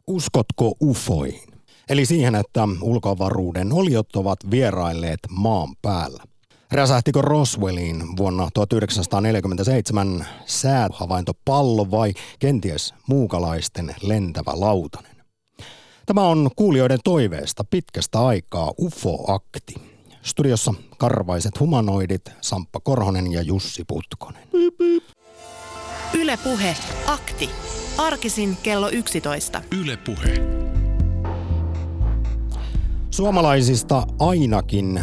Uskotko ufoihin? Eli siihen, että ulkoavaruuden oliot ovat vierailleet maan päällä. Räsähtikö Roswelliin vuonna 1947 säähavaintopallo vai kenties muukalaisten lentävä lautanen? Tämä on kuulijoiden toiveesta pitkästä aikaa UFO-akti. Studiossa karvaiset humanoidit Samppa Korhonen ja Jussi Putkonen. Yle Puhe, akti. Arkisin kello 11. Yle Puhe. Suomalaisista ainakin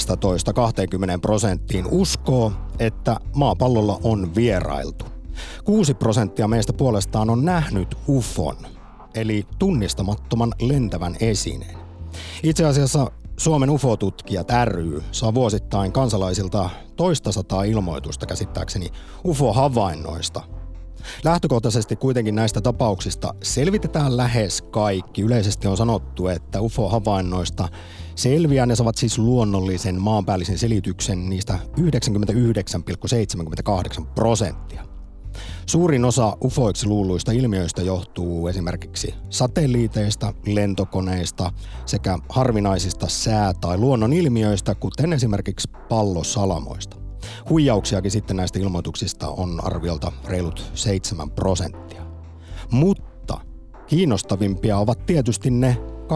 15-20% uskoo, että maapallolla on vierailtu. 6% meistä puolestaan on nähnyt UFOn, eli tunnistamattoman lentävän esineen. Itse asiassa Suomen UFO-tutkijat ry saa vuosittain kansalaisilta 200 ilmoitusta käsittääkseni UFO-havainnoista. Lähtökohtaisesti kuitenkin näistä tapauksista selvitetään lähes kaikki. Yleisesti on sanottu, että UFO-havainnoista selviää, ne saavat siis luonnollisen maanpäällisen selityksen niistä 99,78%. Suurin osa ufoiksi luulluista ilmiöistä johtuu esimerkiksi satelliiteista, lentokoneista sekä harvinaisista sää- tai luonnonilmiöistä, kuten esimerkiksi pallosalamoista. Huijauksiakin sitten näistä ilmoituksista on arviolta reilut 7%. Mutta kiinnostavimpia ovat tietysti ne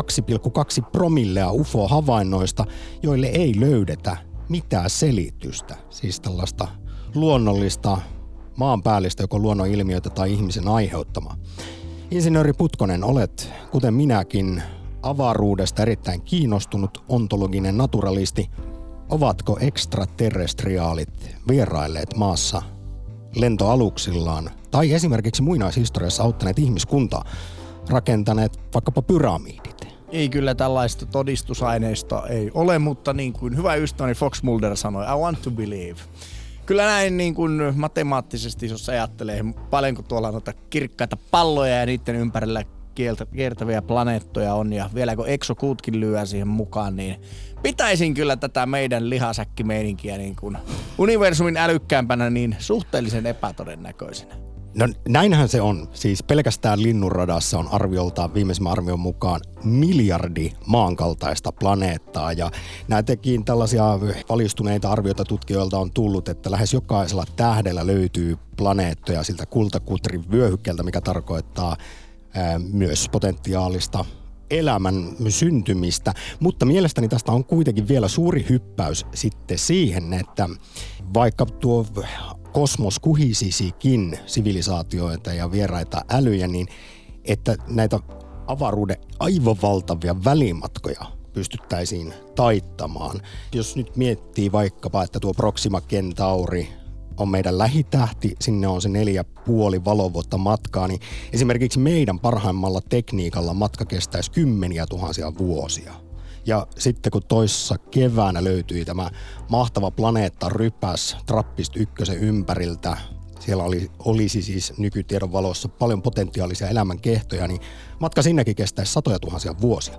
2,2 promillea UFO-havainnoista, joille ei löydetä mitään selitystä. Siis tällaista luonnollista maanpäällistä joko luonnonilmiötä tai ihmisen aiheuttama. Insinööri Putkonen, olet, kuten minäkin, avaruudesta erittäin kiinnostunut ontologinen naturalisti. Ovatko ekstraterrestriaalit vierailleet maassa lentoaluksillaan tai esimerkiksi muinaishistoriassa auttaneet ihmiskuntaa, rakentaneet vaikkapa pyramidit? Ei kyllä tällaista todistusaineistoa ei ole, mutta niin kuin hyvä ystäväni Fox Mulder sanoi, I want to believe. Kyllä näin niin kuin matemaattisesti, jos ajattelee paljonko tuolla noita kirkkaita palloja ja niiden ympärillä kiertäviä planeettoja on ja vieläkö eksokuutkin lyö siihen mukaan, niin pitäisin kyllä tätä meidän lihasäkkimeininkiä niin kuin universumin älykkäämpänä niin suhteellisen epätodennäköisenä. No näinhän se on. Siis pelkästään linnunradassa on arviolta viimeisimmän arvion mukaan miljardi maankaltaista planeettaa. Ja näitäkin tällaisia valistuneita arvioita tutkijoilta on tullut, että lähes jokaisella tähdellä löytyy planeettoja siltä kultakutrin vyöhykkeeltä, mikä tarkoittaa myös potentiaalista elämän syntymistä. Mutta mielestäni tästä on kuitenkin vielä suuri hyppäys sitten siihen, että vaikka tuo kosmos kuhisisikin sivilisaatioita ja vieraita älyjä, niin että näitä avaruuden aivan valtavia välimatkoja pystyttäisiin taittamaan. Jos nyt miettii vaikkapa, että tuo Proxima Centauri on meidän lähitähti, sinne on se 4,5 valovuotta matkaa, niin esimerkiksi meidän parhaimmalla tekniikalla matka kestäisi 10,000 vuosia. Ja sitten kun toissa keväänä löytyi tämä mahtava planeetta rypäs TRAPPIST-1 ympäriltä, siellä olisi siis nykytiedon valossa paljon potentiaalisia elämänkehtoja, niin matka sinnekin kestäisi 100,000 vuosia.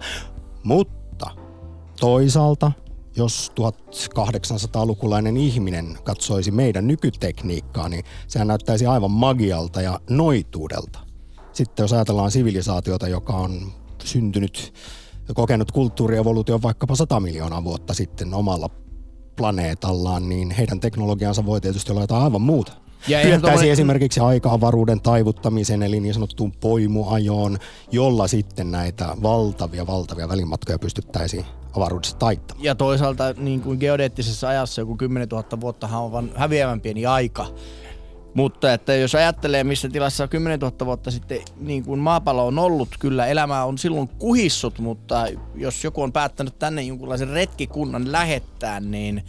Mutta toisaalta, jos 1800-lukulainen ihminen katsoisi meidän nykytekniikkaa, niin sehän näyttäisi aivan magialta ja noituudelta. Sitten jos ajatellaan sivilisaatiota, joka on syntynyt ja kokenut kulttuurievoluution vaikkapa 100 miljoonaa vuotta sitten omalla planeetallaan, niin heidän teknologiansa voi tietysti olla jotain aivan muuta. Hyökkäisi esimerkiksi aika-avaruuden taivuttamisen, eli niin sanottuun poimuajoon, jolla sitten näitä valtavia välimatkoja pystyttäisiin avaruudessa taittamaan. Ja toisaalta niin kuin geodeettisessa ajassa joku 10 000 vuottahan on vain häviävän pieni aika. Mutta että jos ajattelee, missä tilassa 10 000 vuotta sitten niin kuin maapallo on ollut, kyllä elämä on silloin kuhissut, mutta jos joku on päättänyt tänne jonkunlaisen retkikunnan lähettää, niin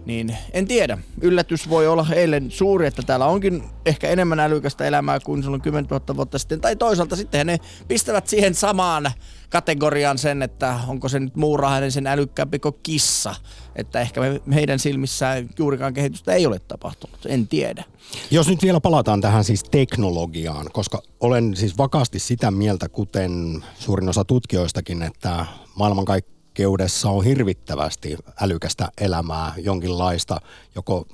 en tiedä. Yllätys voi olla eilen suuri, että täällä onkin ehkä enemmän älykästä elämää kuin silloin 10 000 vuotta sitten. Tai toisaalta sitten ne pistävät siihen samaan kategoriaan sen, että onko se nyt muurahainen sen älykkäämpi kuin kissa. Että ehkä heidän silmissään juurikaan kehitystä ei ole tapahtunut. En tiedä. Jos nyt vielä palataan tähän siis teknologiaan, koska olen siis vakaasti sitä mieltä, kuten suurin osa tutkijoistakin, että maailmankaikkeudessa on hirvittävästi älykästä elämää, jonkinlaista, joko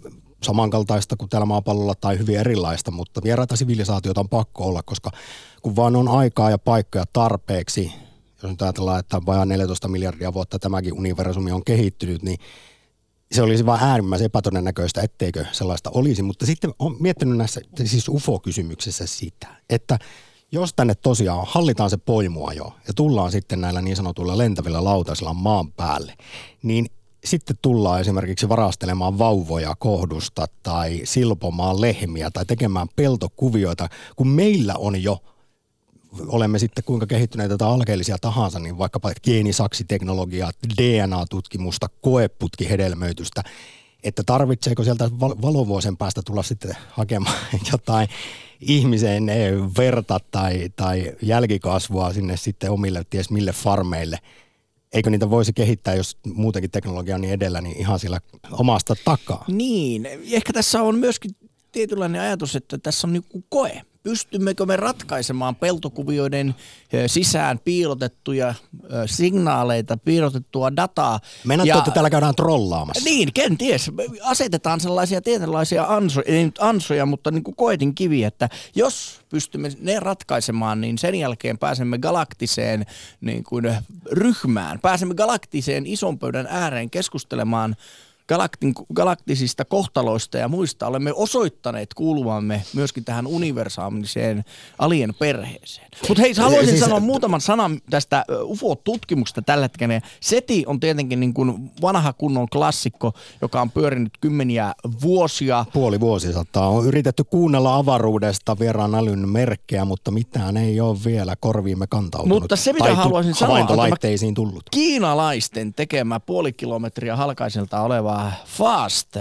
samankaltaista kuin täällä maapallolla tai hyvin erilaista, mutta vieraita sivilisaatioita on pakko olla, koska kun vaan on aikaa ja paikkoja tarpeeksi, jos nyt ajatellaan, että vajaa 14 miljardia vuotta tämäkin universumi on kehittynyt, niin se olisi vaan äärimmäisen epätodennäköistä, etteikö sellaista olisi. Mutta sitten olen miettinyt näissä siis UFO-kysymyksissä sitä, että jos tänne tosiaan hallitaan se poimua jo ja tullaan sitten näillä niin sanotuilla lentävillä lautasilla maan päälle, niin sitten tullaan esimerkiksi varastelemaan vauvoja kohdusta tai silpomaan lehmiä tai tekemään peltokuvioita, kun meillä on jo, olemme sitten kuinka kehittyneitä tai alkeellisia tahansa, niin vaikkapa geenisaksiteknologiaa, DNA-tutkimusta, koeputkihedelmöitystä, että tarvitseeko sieltä valovuosien päästä tulla sitten hakemaan jotain ihmisen verta tai jälkikasvua sinne sitten omille ties mille farmeille. Eikö niitä voisi kehittää, jos muutenkin teknologia on niin edellä, niin ihan sillä omasta takaa? Niin, ehkä tässä on myöskin tietynlainen ajatus, että tässä on niin koe. Pystymmekö me ratkaisemaan peltokuvioiden sisään piilotettuja signaaleita, piilotettua dataa? Meinaatko, että täällä käydään trollaamassa? Niin, kenties. Asetetaan sellaisia tietynlaisia ansoja, ei nyt ansoja, mutta niin kuin koetin kivi, että jos pystymme ne ratkaisemaan, niin sen jälkeen pääsemme galaktiseen niin kuin ryhmään. Pääsemme galaktiseen ison pöydän ääreen keskustelemaan galaktisista kohtaloista ja muista. Olemme osoittaneet kuuluvamme myöskin tähän universaaliseen alien perheeseen. Mutta hei, haluaisin sanoa muutaman sanan tästä UFO-tutkimuksesta tällä hetkellä. SETI on tietenkin niin kuin vanha kunnon klassikko, joka on pyörinyt kymmeniä vuosia. Puoli vuosisataa. On yritetty kuunnella avaruudesta vieraan älyn merkkejä, mutta mitään ei ole vielä korviimme kantautunut. Mutta se, mitä haluaisin sanoa, on tämä tullut. Kiinalaisten tekemä puoli kilometriä halkaiselta oleva FAST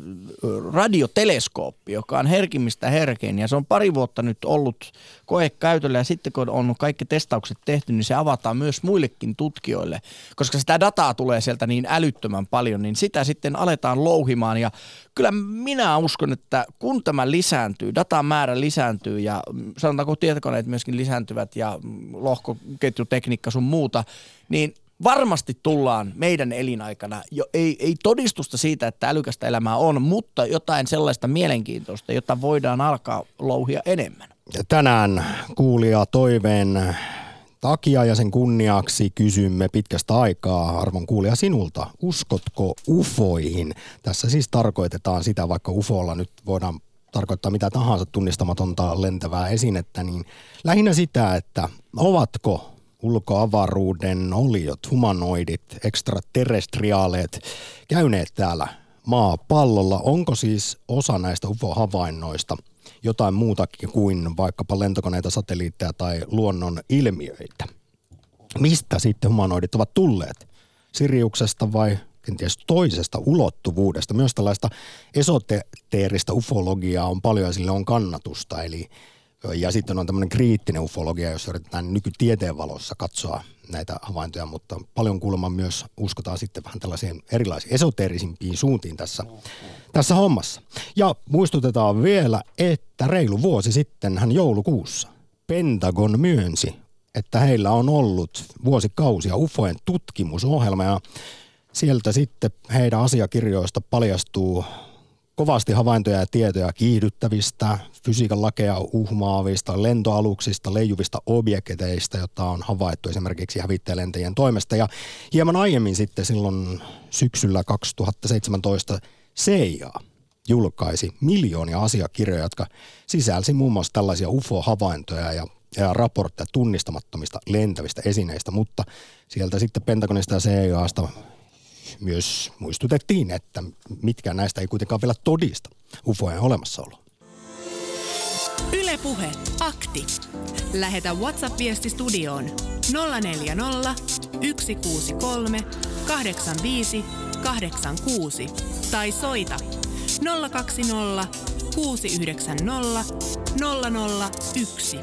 radioteleskooppi, joka on herkimmistä herkein, ja se on pari vuotta nyt ollut koekäytöllä, ja sitten kun on kaikki testaukset tehty, niin se avataan myös muillekin tutkijoille, koska sitä dataa tulee sieltä niin älyttömän paljon, niin sitä sitten aletaan louhimaan, ja kyllä minä uskon, että kun tämä lisääntyy, datan määrä lisääntyy, ja sanotaanko tietokoneet myöskin lisääntyvät, ja lohkoketjutekniikka sun muuta, niin varmasti tullaan meidän elinaikana, ei todistusta siitä, että älykästä elämää on, mutta jotain sellaista mielenkiintoista, jota voidaan alkaa louhia enemmän. Tänään kuulija toiveen takia ja sen kunniaksi kysymme pitkästä aikaa, arvon kuulija, sinulta. Uskotko ufoihin? Tässä siis tarkoitetaan sitä, vaikka ufolla nyt voidaan tarkoittaa mitä tahansa tunnistamatonta lentävää esinettä, niin lähinnä sitä, että ovatko ulkoavaruuden oliot, humanoidit, ekstraterrestriaaleet käyneet täällä maapallolla. Onko siis osa näistä UFO-havainnoista jotain muutakin kuin vaikkapa lentokoneita, satelliitteja tai luonnon ilmiöitä? Mistä sitten humanoidit ovat tulleet? Siriuksesta vai kenties toisesta ulottuvuudesta? Myös tällaista esoteerista ufologiaa on paljon ja sille on kannatusta, ja sitten on tämmöinen kriittinen ufologia, jossa yritetään nykytieteen valossa katsoa näitä havaintoja, mutta paljon kuulemma myös uskotaan sitten vähän tällaisiin erilaisiin esoteerisimpiin suuntiin tässä hommassa. Ja muistutetaan vielä, että reilu vuosi sitten hän joulukuussa Pentagon myönsi, että heillä on ollut vuosikausia ufojen tutkimusohjelma, ja sieltä sitten heidän asiakirjoista paljastuu kovasti havaintoja ja tietoja kiihdyttävistä, fysiikan lakeja uhmaavista, lentoaluksista, leijuvista objekteista, joita on havaittu esimerkiksi hävittäjälentäjien toimesta. Ja hieman aiemmin sitten silloin syksyllä 2017 CIA julkaisi miljoonia asiakirjoja, jotka sisälsi muun muassa tällaisia UFO-havaintoja ja raportteja tunnistamattomista lentävistä esineistä, mutta sieltä sitten Pentagonista ja CIAsta myös muistutettiin, että mitkään näistä ei kuitenkaan vielä todista UFOjen olemassaoloa. Yle Puhe, akti. Lähetä WhatsApp-viesti studioon 040 163 85 86 tai soita 020 690 001.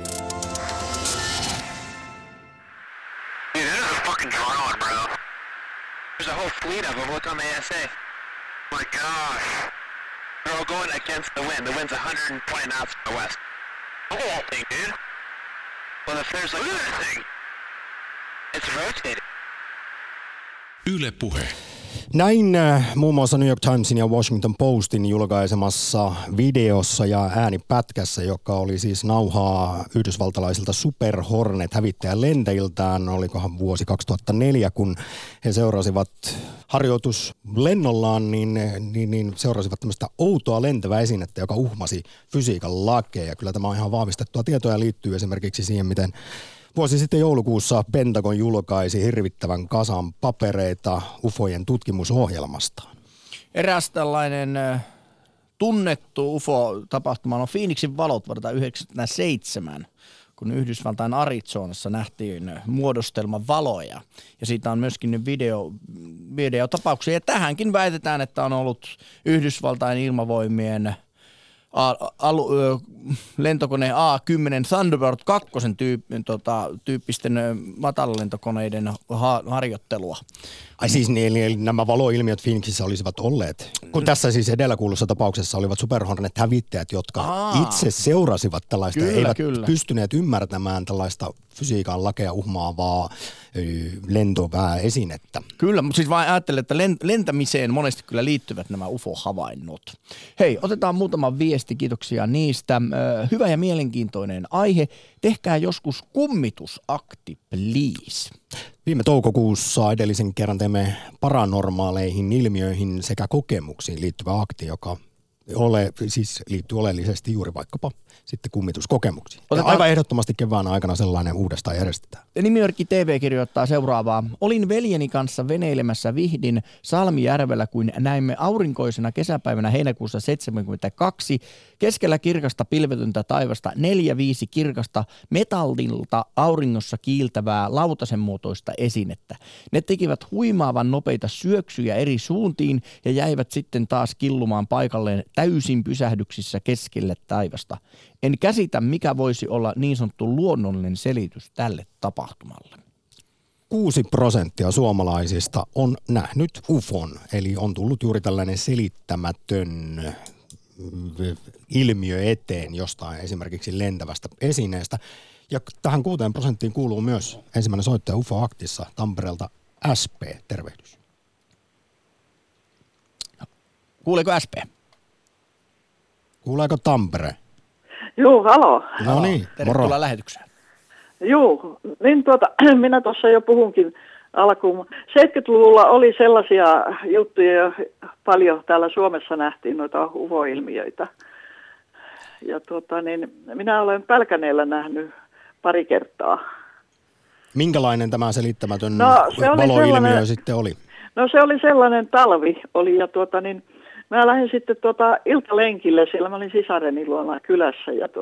Dude, that is a fucking drone, bro. There's a whole fleet of them. Look on the ASA. My gosh. They're all going against the wind. The wind's 120 knots from the west. Look at that thing, dude. Well, if there's look at that thing. It's rotating. Yle Puhe. Näin muun muassa New York Timesin ja Washington Postin julkaisemassa videossa ja äänipätkässä, joka oli siis nauhaa yhdysvaltalaisilta Super Hornet -hävittäjän lentäjiltään, olikohan vuosi 2004, kun he seurasivat harjoituslennollaan, niin seurasivat tämmöistä outoa lentävää esinettä, joka uhmasi fysiikan lakeja. Kyllä tämä on ihan vahvistettua tietoa ja liittyy esimerkiksi siihen, miten vuosi sitten joulukuussa Pentagon julkaisi hirvittävän kasan papereita ufojen tutkimusohjelmastaan. Eräs tällainen tunnettu UFO-tapahtuma on Phoenixin valot vuodelta 1997, kun Yhdysvaltain Arizonassa nähtiin muodostelma valoja. Ja siitä on myöskin videotapauksia. Ja tähänkin väitetään, että on ollut Yhdysvaltain ilmavoimien lentokone A-10 Thunderbird 2 tyyppisten matalalentokoneiden harjoittelua. Ai siis niin, nämä valoilmiöt Phoenixissa olisivat olleet, kun tässä siis edellä kuulussa tapauksessa olivat Super Hornet-hävittäjät, jotka itse seurasivat tällaista, eivät pystyneet ymmärtämään tällaista fysiikan lakeja uhmaavaa lentovää esinettä. Kyllä, mutta siis vaan ajattelen, että lentämiseen monesti kyllä liittyvät nämä UFO-havainnot. Hei, otetaan muutama viesti, kiitoksia niistä. Hyvä ja mielenkiintoinen aihe. Tehkää joskus kummitusakti, please. Viime toukokuussa edellisen kerran teemme paranormaaleihin ilmiöihin sekä kokemuksiin liittyvä akti, joka liittyy oleellisesti juuri vaikkapa sitten kummituskokemuksiin. Ja aivan ehdottomasti kevään aikana sellainen uudestaan järjestetään. Nimimerkki TV kirjoittaa seuraavaa. Olin veljeni kanssa veneilemässä Vihdin Salmijärvellä, kun näimme aurinkoisena kesäpäivänä heinäkuussa 1972 keskellä kirkasta pilvetöntä taivasta 4-5 kirkasta metallilta auringossa kiiltävää lautasen muotoista esinettä. Ne tekivät huimaavan nopeita syöksyjä eri suuntiin ja jäivät sitten taas killumaan paikalleen täysin pysähdyksissä keskelle taivasta. En käsitä, mikä voisi olla niin sanottu luonnollinen selitys tälle tapahtumalle. 6% suomalaisista on nähnyt UFOn, eli on tullut juuri tällainen selittämätön ilmiö eteen jostain esimerkiksi lentävästä esineestä. Ja tähän 6% kuuluu myös ensimmäinen soittaja UFO-aktissa Tampereelta SP. Tervehdys. Kuuleeko SP? Kuuleeko Tampere? Joo, halo. No niin, tervetuloa lähetykseen. Joo, niin minä tuossa jo puhunkin alkuun. 70-luvulla oli sellaisia juttuja, paljon täällä Suomessa nähtiin noita UFO-ilmiöitä. Ja minä olen Pälkäneellä nähnyt pari kertaa. Minkälainen tämä selittämätön valoilmiö sitten oli? No se oli sellainen talvi oli ja mä lähdin sitten iltalenkille, siellä mä olin sisareni luona kylässä ja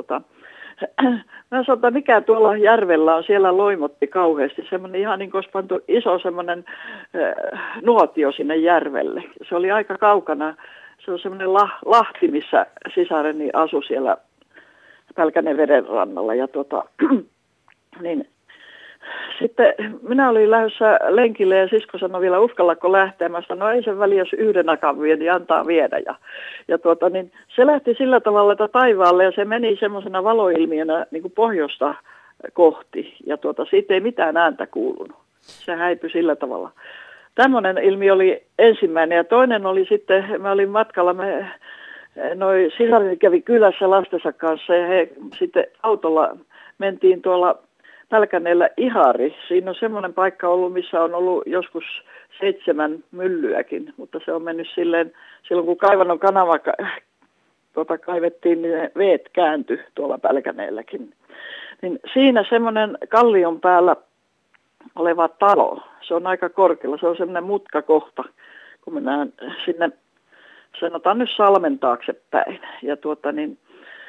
mä sanoin, että mikä tuolla järvellä on, siellä loimotti kauheasti, semmoinen ihan niin kuin olisi pantu iso semmoinen nuotio sinne järvelle. Se oli aika kaukana, se on semmoinen lahti, missä sisareni asui siellä Pälkäneen vedenrannalla ja niin sitten minä olin lähdössä lenkille ja sisko sanoi vielä, uskallatko lähteä? Mä sanoin, no ei sen väliä, jos yhden akan vie, niin antaa viedä. Ja se lähti sillä tavalla, että taivaalle ja se meni semmoisena valoilmiönä niin kuin pohjoista kohti. Ja siitä ei mitään ääntä kuulunut. Se häipyi sillä tavalla. Tämmöinen ilmiö oli ensimmäinen ja toinen oli sitten, mä olin matkalla, noi sisareni kävi kylässä lastensa kanssa ja he sitten autolla mentiin tuolla Pälkäneellä Ihari. Siinä on semmoinen paikka ollut, missä on ollut joskus 7 myllyäkin, mutta se on mennyt silleen, silloin kun Kaivannon kanava kaivettiin, niin ne veet kääntyi tuolla Pälkäneelläkin. Niin siinä semmoinen kallion päällä oleva talo, se on aika korkealla, se on semmoinen mutkakohta, kun mennään sinne, sanotaan nyt salmen taaksepäin. Ja niin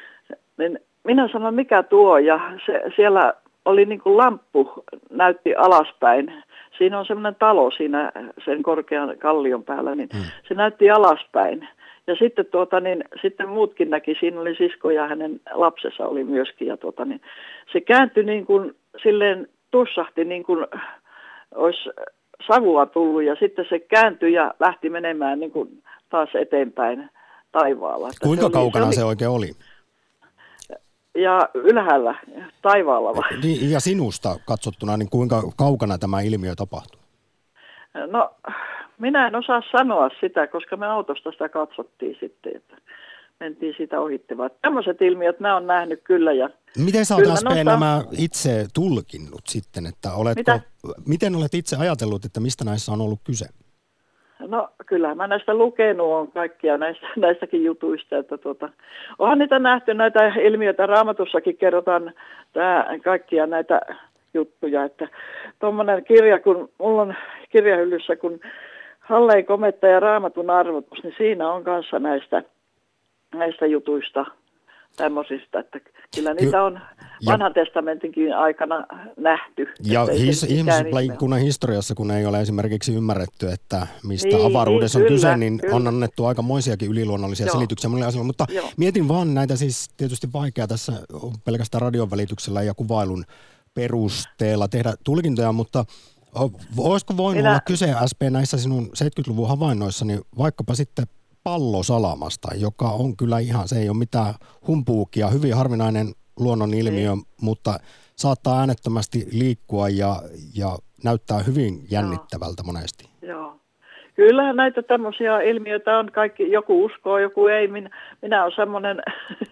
minä sanon, mikä tuo, ja siellä oli niin kuin lamppu, näytti alaspäin. Siinä on semmoinen talo siinä sen korkean kallion päällä, niin se näytti alaspäin. Ja sitten, sitten muutkin näki, siinä oli sisko ja hänen lapsensa oli myöskin. Ja se kääntyi niin kuin silleen, tussahti niin kuin olisi savua tullut ja sitten se kääntyi ja lähti menemään niin kuin taas eteenpäin taivaalla. Kuinka kaukana se oikein oli? Ja ylhäällä, taivaalla vai? Ja sinusta katsottuna, niin kuinka kaukana tämä ilmiö tapahtui? No, minä en osaa sanoa sitä, koska me autosta sitä katsottiin sitten, että mentiin siitä ohittemaan. Tämmöiset ilmiöt mä oon nähnyt kyllä. Ja miten sä oot SP nämä itse tulkinnut sitten, että miten olet itse ajatellut, että mistä näissä on ollut kyse? No kyllä mä näistä lukenut on kaikkia näistäkin jutuista, että onhan niitä nähty näitä ilmiöitä, Raamatussakin kerrotaan kaikkia näitä juttuja, että tuommoinen kirja, kun mulla on kirjahyllyssä, kun Hallein kometta ja Raamatun arvotus, niin siinä on kanssa näistä jutuista tämmöisistä, että kyllä niitä on vanhan testamentinkin aikana nähty. Ja ihmiskunnan historiassa, kun ei ole esimerkiksi ymmärretty, että mistä avaruudessa on kyse, niin on annettu aikamoisiakin yliluonnollisia selityksiä monille asioille. Mutta mietin vaan näitä siis tietysti vaikea tässä pelkästään radion välityksellä ja kuvailun perusteella tehdä tulkintoja, mutta olisiko voinut olla kyse SP näissä sinun 70-luvun havainnoissani vaikkapa sitten pallosalamasta, joka on kyllä ihan, se ei ole mitään humpuukia, hyvin harvinainen luonnon ilmiö, mutta saattaa äänettömästi liikkua ja näyttää hyvin jännittävältä monesti. Joo. Kyllähän näitä tämmöisiä ilmiöitä on kaikki, joku uskoo, joku ei. Minä olen semmoinen,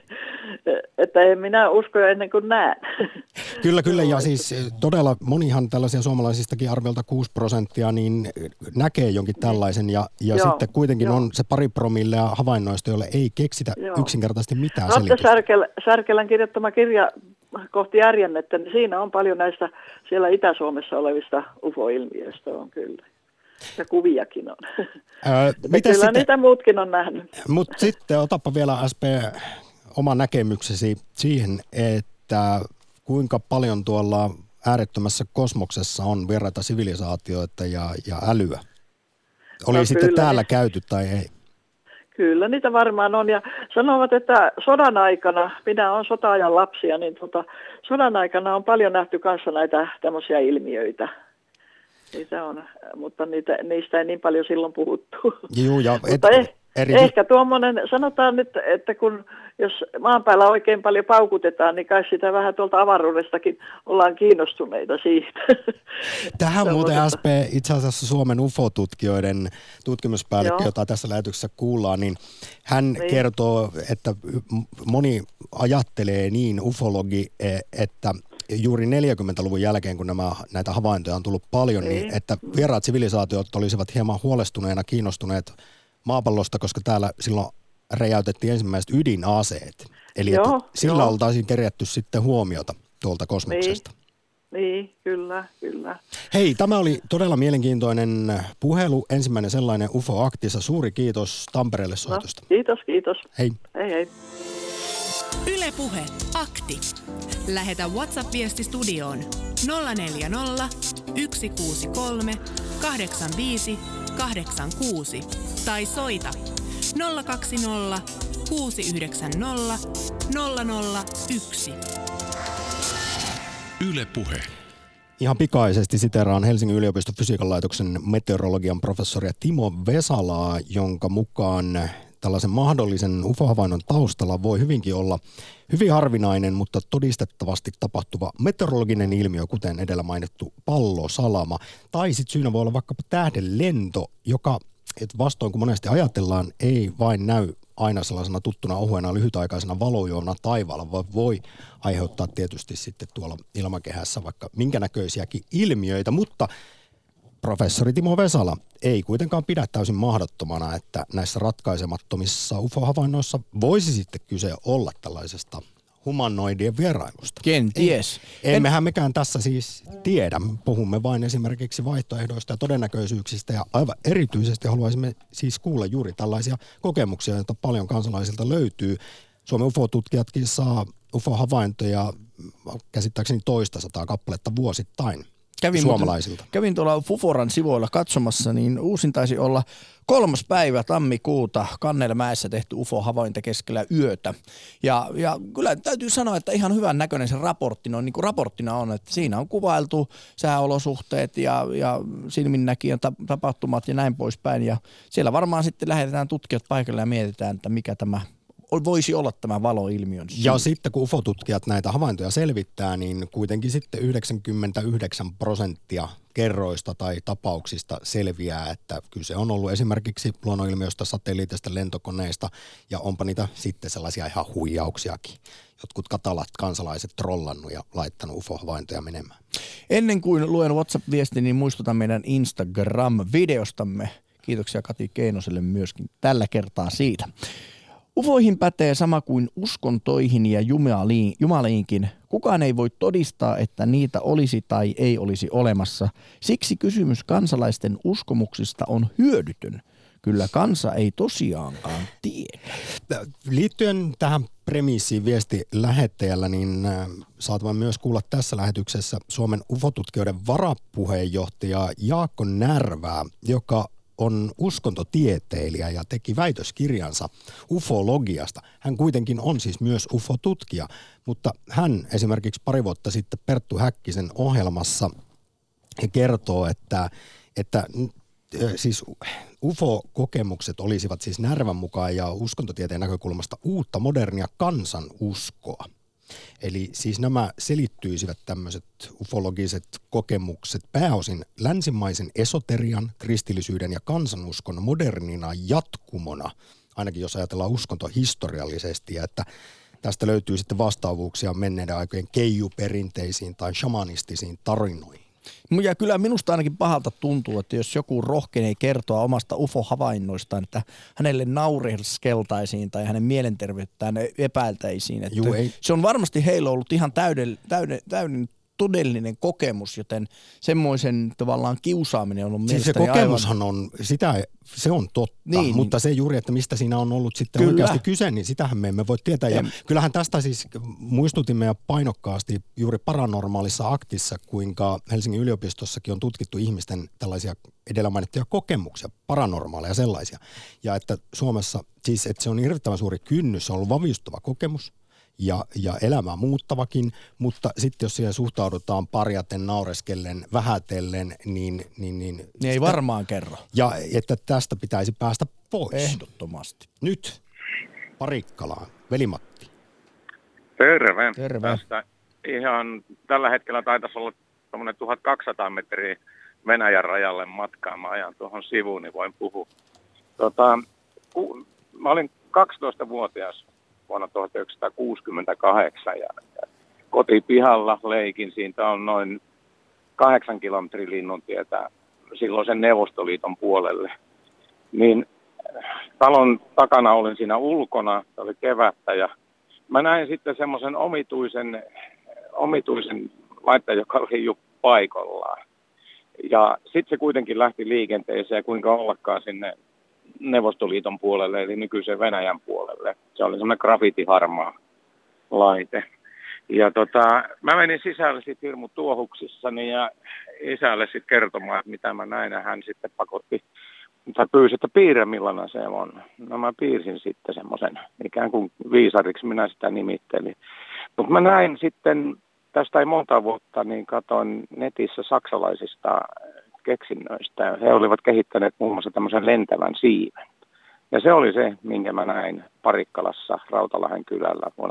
että en minä usko ennen kuin näen. Kyllä, ja siis todella monihan tällaisia suomalaisistakin arviolta 6% niin näkee jonkin tällaisen, ja sitten kuitenkin on se 2 promillea havainnoista, joille ei keksitä yksinkertaisesti mitään selitystä. Särkelän kirjoittama kirja kohti järjennettä, niin siinä on paljon näistä siellä Itä-Suomessa olevista UFO-ilmiöistä on kyllä. Ja kuviakin on. Kyllä sitten, niitä muutkin on nähnyt. Mutta sitten otapa vielä SP oma näkemyksesi siihen, että kuinka paljon tuolla äärettömässä kosmoksessa on vieraita sivilisaatioita ja älyä. Oli sitten täällä käyty tai ei? Kyllä niitä varmaan on ja sanovat, että sodan aikana, minä olen sota-ajan lapsia, niin sodan aikana on paljon nähty kanssa näitä tämmöisiä ilmiöitä. Niitä on, mutta niistä ei niin paljon silloin puhuttu. Juu, ja mutta ehkä tuommoinen, sanotaan nyt, että jos maan päällä oikein paljon paukutetaan, niin kai sitä vähän tuolta avaruudestakin ollaan kiinnostuneita siitä. Tähän muuten SP, itse asiassa Suomen UFO-tutkijoiden tutkimuspäällikkö, jota tässä lähetyksessä kuullaan, niin hän kertoo, että moni ajattelee niin ufologi, että juuri 40-luvun jälkeen, kun näitä havaintoja on tullut paljon, niin että vieraat sivilisaatiot olisivat hieman huolestuneena kiinnostuneet maapallosta, koska täällä silloin räjäytettiin ensimmäiset ydinaseet. Eli sillä oltaisiin kerätty sitten huomiota tuolta kosmoksesta. Niin, kyllä. Hei, tämä oli todella mielenkiintoinen puhelu, ensimmäinen sellainen UFO-aktissa. Suuri kiitos Tampereelle soitosta. Kiitos. Hei. Hei. Yle Puhe, akti. Lähetä WhatsApp-viesti studioon 040 163 85 86 tai soita 020 690 001. Yle Puhe. Ihan pikaisesti siteeraan Helsingin yliopiston fysiikan laitoksen meteorologian professoria Timo Vesalaa, jonka mukaan tällaisen mahdollisen UFO-havainnon taustalla voi hyvinkin olla hyvin harvinainen, mutta todistettavasti tapahtuva meteorologinen ilmiö, kuten edellä mainittu pallosalama. Tai sitten syynä voi olla vaikkapa tähden lento, joka vastoin kuin monesti ajatellaan, ei vain näy aina sellaisena tuttuna ohuena lyhytaikaisena valojuona taivaalla, vaan voi aiheuttaa tietysti sitten tuolla ilmakehässä vaikka minkä näköisiäkin ilmiöitä, mutta professori Timo Vesala ei kuitenkaan pidä täysin mahdottomana, että näissä ratkaisemattomissa UFO-havainnoissa voisi sitten kyse olla tällaisesta humanoidien vierailusta. Kenties. Emmehän mekään tässä siis tiedä. Puhumme vain esimerkiksi vaihtoehdoista ja todennäköisyyksistä ja aivan erityisesti haluaisimme siis kuulla juuri tällaisia kokemuksia, joita paljon kansalaisilta löytyy. Suomen UFO-tutkijatkin saa UFO-havaintoja käsittääkseni 200 kappaletta vuosittain. Kävin tuolla Fuforan sivuilla katsomassa, niin uusin taisi olla 3. päivä tammikuuta Kannelmäessä tehty UFO-havainto keskellä yötä. Ja kyllä täytyy sanoa, että ihan hyvän näköinen se raportti on, niin kuin raporttina on, että siinä on kuvailtu sääolosuhteet ja silminnäkijän tapahtumat ja näin poispäin. Ja siellä varmaan sitten lähetetään tutkijat paikalle ja mietitään, että mikä tämä voisi olla tämä valoilmiön syy. Ja sitten kun UFO-tutkijat näitä havaintoja selvittää, niin kuitenkin sitten 99% UFO-kerroista tai tapauksista selviää, että kyse on ollut esimerkiksi luonnonilmiöistä, satelliitista, lentokoneista ja onpa niitä sitten sellaisia ihan huijauksiakin. Jotkut katalat kansalaiset trollannut ja laittanut UFO-havaintoja menemään. Ennen kuin luen WhatsApp-viestin, niin muistutan meidän Instagram-videostamme. Kiitoksia Kati Keinoselle myöskin tällä kertaa siitä. UFOihin pätee sama kuin uskontoihin ja jumaliinkin. Kukaan ei voi todistaa, että niitä olisi tai ei olisi olemassa. Siksi kysymys kansalaisten uskomuksista on hyödytön. Kyllä kansa ei tosiaankaan tiedä. Liittyen tähän premissiin viesti lähettäjällä, niin saatamme myös kuulla tässä lähetyksessä Suomen UFO-tutkijoiden varapuheenjohtaja Jaakko Närvää, joka on uskontotieteilijä ja teki väitöskirjansa ufologiasta. Hän kuitenkin on siis myös UFO-tutkija, mutta hän esimerkiksi pari vuotta sitten Perttu Häkkisen ohjelmassa kertoo, että siis UFO-kokemukset olisivat siis Närvän mukaan ja uskontotieteen näkökulmasta uutta modernia kansanuskoa. Eli siis nämä selittyisivät tämmöiset ufologiset kokemukset pääosin länsimaisen esoterian, kristillisyyden ja kansanuskon modernina jatkumona, ainakin jos ajatellaan uskontohistoriallisesti, ja että tästä löytyy sitten vastaavuuksia menneiden aikojen keijuperinteisiin tai shamanistisiin tarinoihin. Ja kyllä minusta ainakin pahalta tuntuu, että jos joku rohkenee kertoa omasta UFO-havainnoistaan, että hänelle naureskeltaisiin tai hänen mielenterveyttään epäiltäisiin. Että se on varmasti heillä ollut ihan täyden todellinen kokemus, joten semmoisen tavallaan kiusaaminen on mielestäni siis se kokemushan on, se on totta, niin, mutta se juuri, että mistä siinä on ollut sitten kyllä oikeasti kyse, niin sitähän me emme voi tietää. Ja kyllähän tästä siis muistutimme ja painokkaasti juuri Paranormaalissa aktissa, kuinka Helsingin yliopistossakin on tutkittu ihmisten tällaisia edellä mainittuja kokemuksia, paranormaaleja sellaisia. Ja että Suomessa siis, että se on hirvittävän suuri kynnys, se on ollut vavistava kokemus. Ja elämää muuttavakin, mutta sitten jos siihen suhtaudutaan parjaten, naureskellen, vähätellen, niin ei varmaan kerro. Ja että tästä pitäisi päästä pois. Ehdottomasti. Nyt Parikkalaan. Veli-Matti. Terve. Terve. Tästä ihan tällä hetkellä taitaisi olla tuommoinen 1200 metriä Venäjän rajalle matkaa. Mä ajan tuohon sivuun, niin voin puhua. Mä olin 12-vuotias vuonna 1968 ja kotipihalla leikin. Siitä on noin 8 kilometrin linnuntietä silloisen Neuvostoliiton puolelle. Niin talon takana olin siinä ulkona, se oli kevättä ja mä näin sitten semmoisen omituisen laitteen, joka oli jo paikallaan. Ja sitten se kuitenkin lähti liikenteeseen ja kuinka ollakaan sinne Neuvostoliiton puolelle, eli nykyisen Venäjän puolelle. Se oli semmoinen grafitiharmaa laite. Ja mä menin sisälle sitten hirmu tuohuksissani ja isälle sitten kertomaan, että mitä mä näin, ja hän sitten pakotti, tai pyysi, että piirrä millainen se on. No mä piirsin sitten semmoisen, ikään kuin viisariksi minä sitä nimittelin. Mutta mä näin sitten, tästä ei monta vuotta, niin katsoin netissä saksalaisista keksinnöistä. He olivat kehittäneet muun muassa tämmöisen lentävän siiven. Ja se oli se, minkä mä näin Parikkalassa Rautalahden kylällä vuonna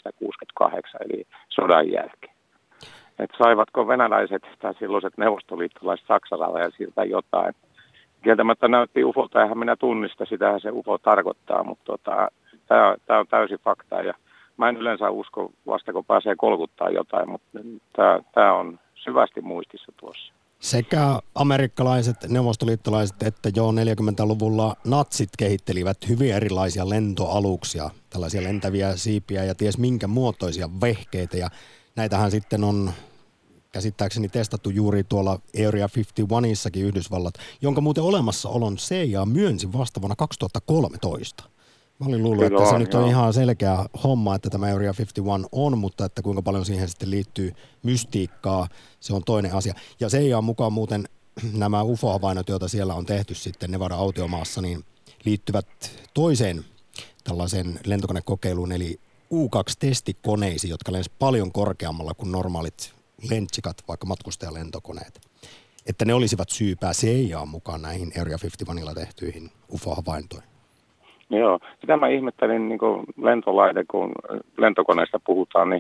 1968, eli sodan jälkeen. Että saivatko venäläiset tai silloiset neuvostoliittolaiset saksalaisilta jotain. Kieltämättä näytti UFOlta, eihän minä tunnista, sitähän se UFO tarkoittaa, mutta tämä on täysin faktaa. Ja mä en yleensä usko vasta, kun pääsee kolkuttaa jotain, mutta tämä on syvästi muistissa tuossa. Sekä amerikkalaiset, neuvostoliittolaiset että jo 40-luvulla natsit kehittelivät hyvin erilaisia lentoaluksia, tällaisia lentäviä siipiä ja ties minkä muotoisia vehkeitä. Ja näitähän sitten on käsittääkseni testattu juuri tuolla Area 51issakin Yhdysvallat, jonka muuten olemassaolon CIA myönsi vasta vuonna 2013. Mä olin luullut, että se nyt on ihan selkeä homma, että tämä Area 51 on, mutta että kuinka paljon siihen sitten liittyy mystiikkaa, se on toinen asia. Ja CIA mukaan muuten nämä UFO-havainnot, joita siellä on tehty sitten Nevada-autiomaassa, niin liittyvät toiseen tällaiseen lentokonekokeiluun, eli U-2-testikoneisiin, jotka lensivät paljon korkeammalla kuin normaalit lentsikat, vaikka matkustajalentokoneet. Että ne olisivat syypää CIA mukaan näihin Area 51 tehtyihin UFO-havaintoihin. Joo, sitä mä ihmettelin niin kuin lentolaite, kun lentokoneesta puhutaan, niin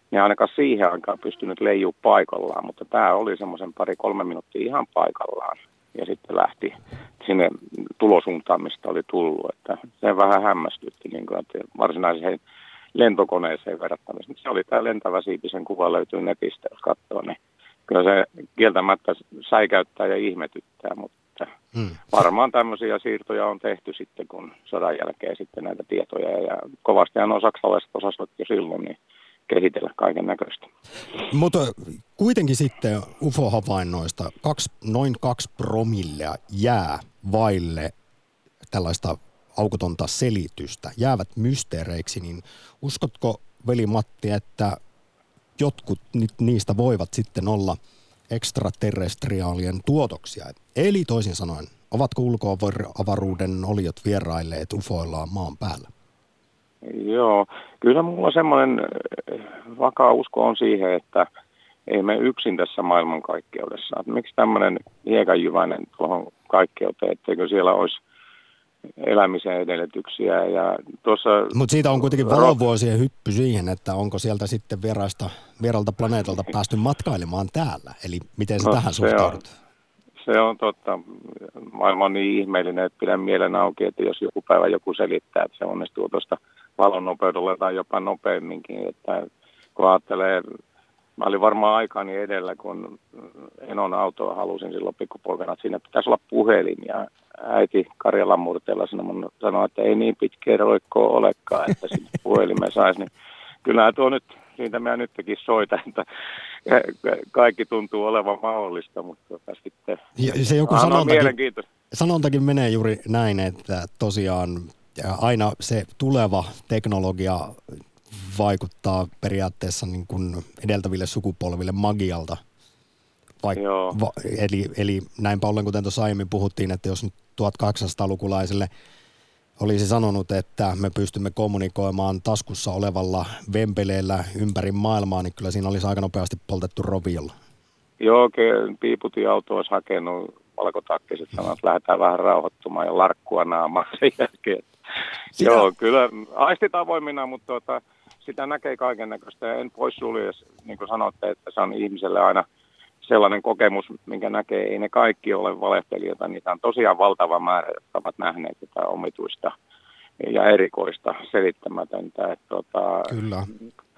niin ainakaan siihen aikaan pystynyt leijua paikallaan, mutta tämä oli semmoisen 2-3 minuuttia ihan paikallaan ja sitten lähti sinne tulosuuntaan, mistä oli tullut, että se vähän hämmästytti, niin kuin, että varsinaiseen lentokoneeseen verrattavasti. Se oli tämä lentävä siipi, sen kuva löytyy netistä, jos katsoo, niin kyllä se kieltämättä säikäyttää ja ihmetyttää, mutta varmaan tämmöisiä siirtoja on tehty sitten, kun sodan jälkeen sitten näitä tietoja, ja kovastihan on saksalaiset osasivat jo silloin niin kehitellä kaiken näköistä. Mutta kuitenkin sitten UFO-havainnoista noin 2 promillea jää vaille tällaista aukotonta selitystä, jäävät mysteereiksi, niin uskotko, veli Matti, että jotkut niistä voivat sitten olla ekstraterrestriaalien tuotoksia? Eli toisin sanoen, ovatko ulkoavaruuden oliot vierailleet ufoillaan maan päällä? Joo, kyllä mulla semmoinen vakaa usko on siihen, että ei me yksin tässä maailmankaikkeudessa. Että miksi tämmöinen hiekanjyväinen tuohon kaikkeuteen, etteikö siellä olisi elämisen edellytyksiä. Mutta siitä on kuitenkin valovuosien hyppy siihen, että onko sieltä sitten vieralta planeetalta päästy matkailemaan täällä. Eli miten se tähän suhtaudut? Se on totta. Maailma on niin ihmeellinen, että pidän mielen auki, että jos joku päivä joku selittää, että se onnistuu tuosta valon nopeudella tai jopa nopeamminkin. Että kun ajattelee, mä olin varmaan aikaani edellä, kun Enon autoa halusin silloin pikkupoikana, että siinä pitäisi olla puhelin. Ja äiti Karjalan murteella sanoi, että ei niin pitkä roikkoa olekaan, että sinne puhelimeen saisi. Niin kyllä tuo nyt, siitä mä nytkin soitan, että kaikki tuntuu olevan mahdollista, mutta sitten se joku sanontakin menee juuri näin, että tosiaan aina se tuleva teknologia vaikuttaa periaatteessa niin kuin edeltäville sukupolville magialta. Eli näinpä ollen, kuten tuossa aiemmin puhuttiin, että jos nyt 1800-lukulaisille olisi sanonut, että me pystymme kommunikoimaan taskussa olevalla vempeleellä ympäri maailmaa, niin kyllä siinä olisi aika nopeasti poltettu roviolla. Joo, piiputiauto olisi hakenut valkotakkiset sanat, että lähdetään vähän rauhoittumaan ja larkkua naamaan sen jälkeen. Joo, kyllä aistit avoimina, mutta sitä näkee kaiken näköistä. En poissulje, niin kuin sanotte, että se on ihmiselle aina sellainen kokemus, minkä näkee. Ei ne kaikki ole valehtelijoita, niitä on tosiaan valtava määrä, jotka ovat nähneet jotain omituista ja erikoista selittämätöntä. Kyllä.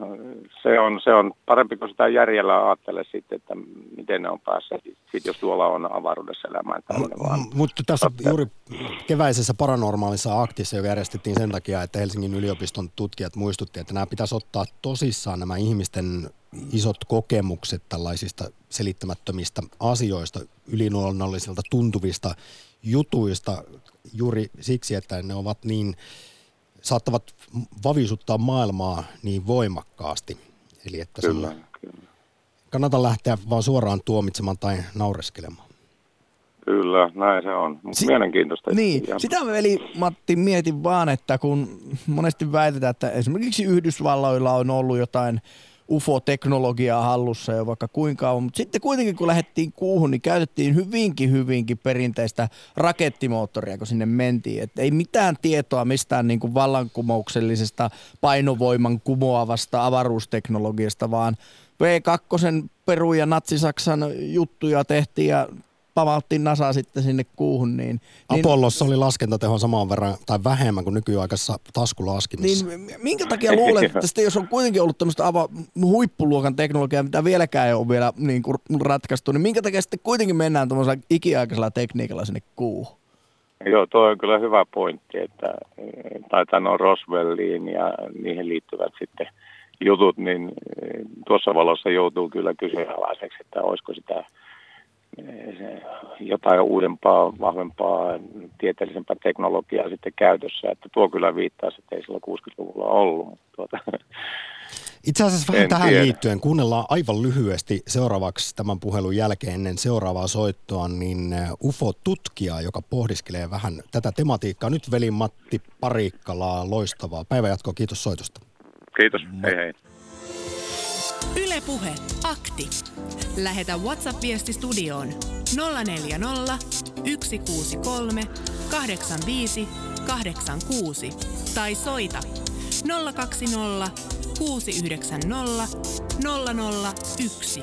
Se on parempi, kun sitä järjellä ajattelee sitten, että miten ne on päässeet, sit jos tuolla on avaruudessa elämään. Mutta tässä juuri keväisessä paranormaalissa aktissa, joka järjestettiin sen takia, että Helsingin yliopiston tutkijat muistutti, että nämä pitäisi ottaa tosissaan nämä ihmisten isot kokemukset tällaisista selittämättömistä asioista, yliluonnollisilta tuntuvista jutuista juuri siksi, että ne ovat niin, saattavat vavisuttaa maailmaa niin voimakkaasti. Eli että kyllä. Kannata lähteä vaan suoraan tuomitsemaan tai naureskelemaan. Kyllä, näin se on. Mielenkiintoista. Niin, sitä veli Matti mietin vaan, että kun monesti väitetään, että esimerkiksi Yhdysvalloilla on ollut jotain UFO-teknologiaa hallussa jo vaikka kuinka kauan, mutta sitten kuitenkin kun lähdettiin kuuhun, niin käytettiin hyvinkin perinteistä rakettimoottoria, kun sinne mentiin. Et ei mitään tietoa mistään niin kuin vallankumouksellisesta painovoiman kumoavasta avaruusteknologiasta, vaan V2 Peru ja Natsi-Saksan juttuja tehtiin ja pamauttiin NASA sitten sinne kuuhun. Niin Apollossa oli laskentatehon samaan verran tai vähemmän kuin nykyaikaisessa taskulaskimissa. Niin minkä takia luulet, että sitten jos on kuitenkin ollut tämmöistä huippuluokan teknologiaa, mitä vieläkään ei ole vielä niin kuin ratkaistu, niin minkä takia sitten kuitenkin mennään tuollaisella ikiaikaisella tekniikalla sinne kuuhun? Joo, tuo on kyllä hyvä pointti, että taitaa no Roswelliin ja niihin liittyvät sitten jutut, niin tuossa valossa joutuu kyllä kyseenalaiseksi, että olisiko sitä jotain uudempaa, vahvempaa, tieteellisempää teknologiaa sitten käytössä, että tuo kyllä viittaa, että ei sillä 60-luvulla ollut. Itse asiassa vähän tähän liittyen kuunnellaan aivan lyhyesti seuraavaksi tämän puhelun jälkeen ennen seuraavaa soittoa, niin UFO-tutkija, joka pohdiskelee vähän tätä tematiikkaa. Nyt veli Matti Parikkalaa, loistavaa päivänjatkoa, kiitos soitosta. Kiitos, hei. Yle Puhe, akti. Lähetä WhatsApp-viesti studioon 040 163 85 86 tai soita 020 690 001.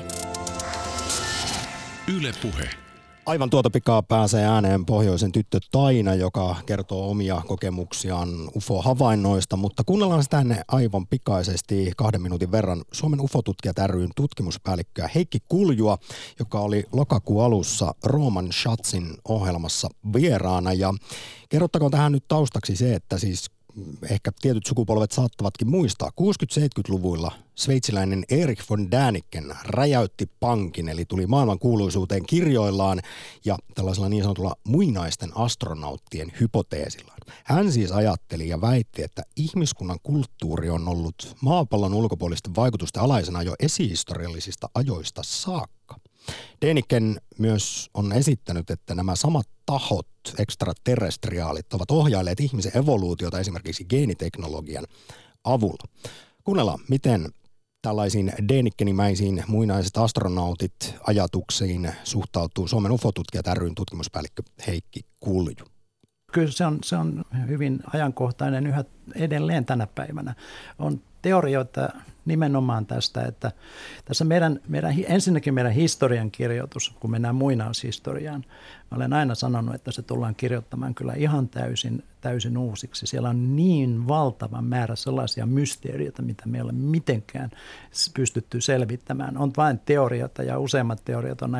Yle Puhe. Aivan tuota pikaa pääsee ääneen pohjoisen tyttö Taina, joka kertoo omia kokemuksiaan UFO-havainnoista, mutta kuunnellaan sitä tänne aivan pikaisesti 2 minuutin verran Suomen UFO-tutkijat ry:n tutkimuspäällikköä Heikki Kuljua, joka oli lokakuun alussa Roman Schatzin ohjelmassa vieraana. Ja kerrottakoon tähän nyt taustaksi se, että siis ehkä tietyt sukupolvet saattavatkin muistaa. 60-70-luvuilla sveitsiläinen Erich von Däniken räjäytti pankin, eli tuli maailman kuuluisuuteen kirjoillaan ja tällaisella niin sanotulla muinaisten astronauttien hypoteesillaan. Hän siis ajatteli ja väitti, että ihmiskunnan kulttuuri on ollut maapallon ulkopuolisten vaikutusten alaisena jo esihistoriallisista ajoista saakka. Däniken myös on esittänyt, että nämä samat tahot, ekstraterrestriaalit, ovat ohjailleet ihmisen evoluutiota esimerkiksi geeniteknologian avulla. Kuunnellaan, miten tällaisiin Dänikenimäisiin muinaiset astronautit ajatuksiin suhtautuu Suomen UFO-tutkijat ry:n tutkimuspäällikkö Heikki Kulju. Kyllä se on hyvin ajankohtainen yhä edelleen tänä päivänä. On teorioita nimenomaan tästä, että tässä ensinnäkin meidän historiankirjoitus, kun mennään muinaishistoriaan, mä olen aina sanonut, että se tullaan kirjoittamaan kyllä ihan täysin uusiksi. Siellä on niin valtava määrä sellaisia mysteerioita, mitä me ei ole mitenkään pystytty selvittämään. On vain teorioita ja useimmat teoriat on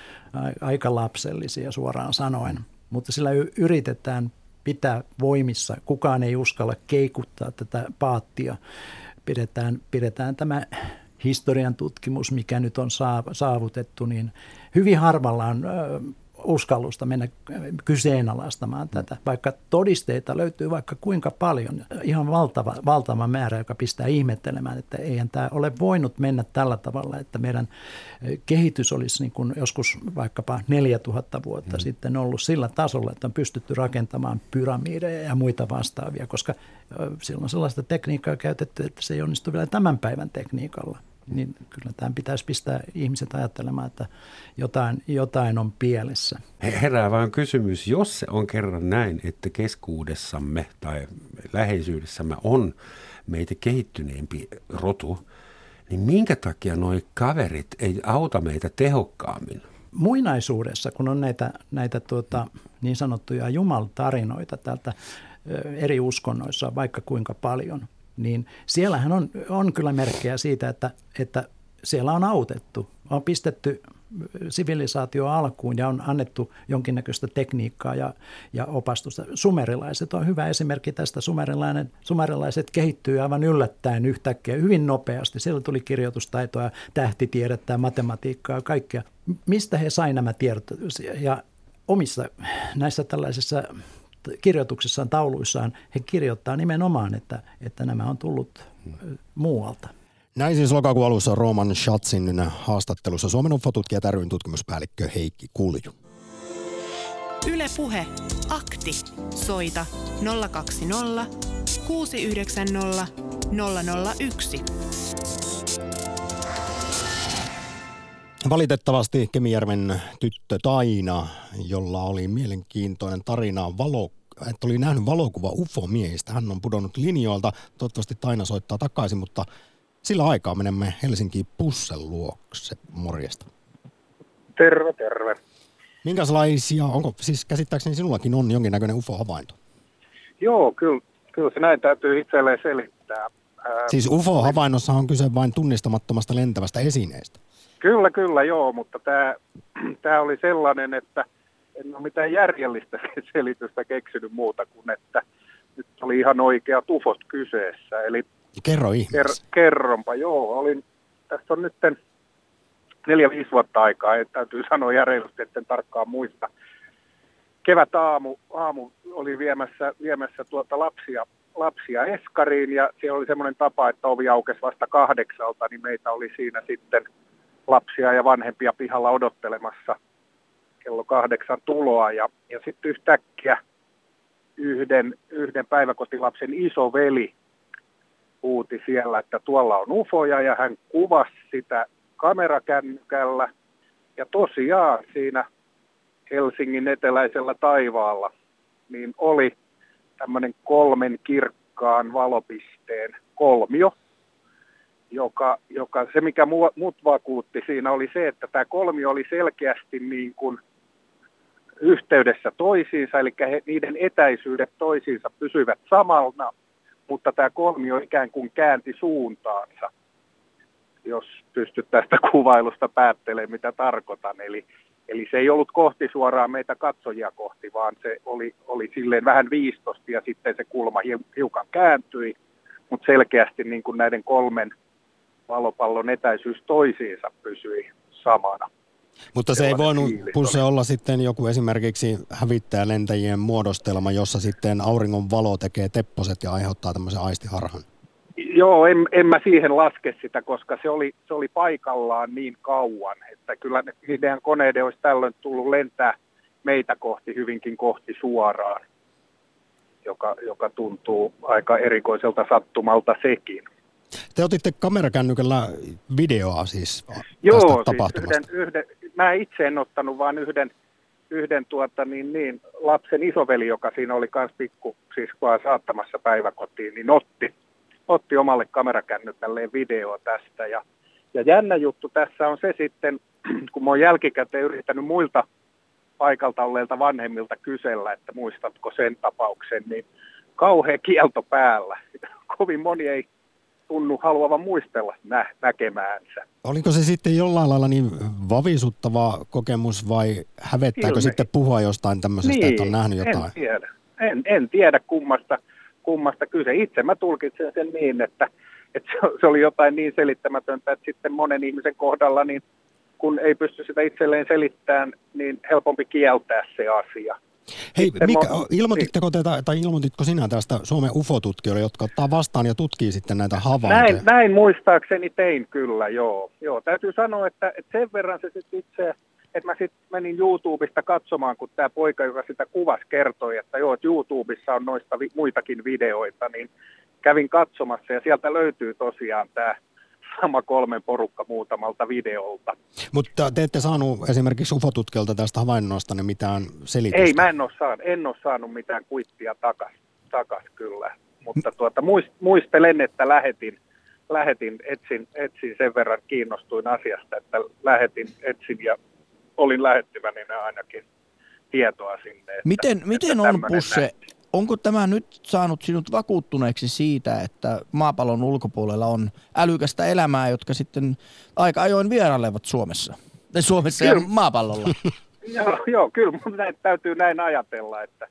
aika lapsellisia suoraan sanoen, mutta sillä yritetään pitää voimissa. Kukaan ei uskalla keikuttaa tätä paattia. Pidetään tämä historian tutkimus, mikä nyt on saavutettu, niin hyvin harvalla on uskallusta mennä kyseenalaistamaan tätä, vaikka todisteita löytyy vaikka kuinka paljon. Ihan valtava määrä, joka pistää ihmettelemään, että eihän tämä ole voinut mennä tällä tavalla, että meidän kehitys olisi niin kuin joskus vaikkapa 4000 vuotta sitten ollut sillä tasolla, että on pystytty rakentamaan pyramideja ja muita vastaavia, koska silloin sellaista tekniikkaa käytetty, että se ei onnistu vielä tämän päivän tekniikalla. Niin kyllä tämän pitäisi pistää ihmiset ajattelemaan, että jotain on pielessä. Herää vaan kysymys, jos se on kerran näin, että keskuudessamme tai läheisyydessämme on meitä kehittyneempi rotu, niin minkä takia nuo kaverit ei auta meitä tehokkaammin? Muinaisuudessa, kun on näitä niin sanottuja jumaltarinoita täältä eri uskonnoissa vaikka kuinka paljon, niin siellähän on kyllä merkkejä siitä, että siellä on autettu, on pistetty sivilisaatio alkuun ja on annettu jonkinnäköistä tekniikkaa ja opastusta. Sumerilaiset on hyvä esimerkki tästä. Sumerilaiset kehittyy aivan yllättäen yhtäkkiä hyvin nopeasti. Siellä tuli kirjoitustaitoa, tähtitiedettä, matematiikkaa ja kaikkea. Mistä he sai nämä tiedot? Ja omissa näissä tällaisissa kirjoituksissaan, tauluissaan he kirjoittaa nimenomaan, että nämä on tullut muualta. Näin siis lokakuun alussa Roman Schatzin haastattelussa Suomen UFO-tutkijat ry:n tutkimuspäällikkö Heikki Kulju. Yle Puhe. Akti. Soita 020 690 001. Valitettavasti Kemijärven tyttö Taina, jolla oli mielenkiintoinen tarina että oli nähnyt valokuva UFO-miehistä. Hän on pudonnut linjoilta. Toivottavasti Taina soittaa takaisin, mutta sillä aikaa menemme Helsinkiin Pussen luokse. Morjesta. Terve. Minkälaisia, onko siis käsittääkseni sinullakin on jonkinnäköinen UFO-havainto? Joo, kyllä se näin täytyy itselleen selittää. Siis UFO-havainnossa on kyse vain tunnistamattomasta lentävästä esineestä. Kyllä, joo, mutta tämä oli sellainen, että en ole mitään järjellistä selitystä keksinyt muuta kuin, että nyt oli ihan oikeat ufot kyseessä. Eli kerro ihmeessä. Kerronpa, joo. Tässä on nyt 4-5 vuotta aikaa, täytyy sanoa järjellisesti, etten tarkkaan muista. Kevätaamu oli viemässä lapsia eskariin ja siellä oli semmoinen tapa, että ovi aukesi vasta 8, niin meitä oli siinä sitten lapsia ja vanhempia pihalla odottelemassa kello 8 tuloa ja sitten yhtäkkiä yhden päiväkotilapsen isoveli huuti siellä, että tuolla on ufoja ja hän kuvasi sitä kamerakännykällä ja tosiaan siinä Helsingin eteläisellä taivaalla niin oli tämmöinen 3 kirkkaan valopisteen kolmio joka se mikä mut vakuutti siinä oli se, että tämä kolmio oli selkeästi niin kuin yhteydessä toisiinsa, eli niiden etäisyydet toisiinsa pysyivät samalla, mutta tämä kolmio ikään kuin käänti suuntaansa, jos pystyt tästä kuvailusta päättelemään, mitä tarkoitan. Eli se ei ollut kohti suoraan meitä katsojia kohti, vaan se oli silleen vähän viistosti ja sitten se kulma hiukan kääntyi, mutta selkeästi niin kuin näiden kolmen valopallon etäisyys toisiinsa pysyi samana. Mutta se ei voinut Pusse olla sitten joku esimerkiksi hävittäjälentäjien muodostelma, jossa sitten auringon valo tekee tepposet ja aiheuttaa tämmöisen aistiharhan. Joo, en mä siihen laske sitä, koska se oli paikallaan niin kauan, että kyllä niiden koneiden olisi tällöin tullut lentää meitä kohti, hyvinkin kohti suoraan, joka tuntuu aika erikoiselta sattumalta sekin. Te otitte kamerakännykällä videoa siis tästä tapahtumasta. Mä itse en ottanut, vaan yhden lapsen isoveli, joka siinä oli myös pikkusiskoa saattamassa päiväkotiin, niin otti omalle kamerakännykälleen video tästä. Ja jännä juttu tässä on se sitten, kun mä oon jälkikäteen yrittänyt muilta paikalta olleilta vanhemmilta kysellä, että muistatko sen tapauksen, niin kauhea kielto päällä. Kovin moni ei tunnu haluavan muistella näkemäänsä. Oliko se sitten jollain lailla niin vavisuttava kokemus vai hävettääkö sitten puhua jostain tämmöisestä, että on nähnyt jotain? En tiedä kummasta kyse. Itse mä tulkitsen sen niin, että se oli jotain niin selittämätöntä, että sitten monen ihmisen kohdalla, niin kun ei pysty sitä itselleen selittämään, niin helpompi kieltää se asia. Hei Mika, ilmoititko sinä tästä Suomen UFO-tutkijoille, jotka ottaa vastaan ja tutkii sitten näitä havaintoja? Näin muistaakseni tein kyllä, joo. Täytyy sanoa, että sen verran se sitten itse, että mä sitten menin YouTubesta katsomaan, kun tämä poika, joka sitä kuvasi, kertoi, että että YouTubessa on noista muitakin videoita, niin kävin katsomassa ja sieltä löytyy tosiaan tämä sama kolmen porukka muutamalta videolta. Mutta te ette saanut esimerkiksi UFO-tutkijalta tästä havainnosta niin mitään selitystä? Ei, mä en ole saanut mitään kuittia takas kyllä. Mutta muistelen, että etsin sen verran kiinnostuin asiasta, että etsin ja olin lähettyvänä ainakin tietoa sinne. Miten on Pusse? Onko tämä nyt saanut sinut vakuuttuneeksi siitä, että maapallon ulkopuolella on älykästä elämää, jotka sitten aika ajoin vierailevat Suomessa ja maapallolla? Joo, kyllä mun täytyy näin ajatella, että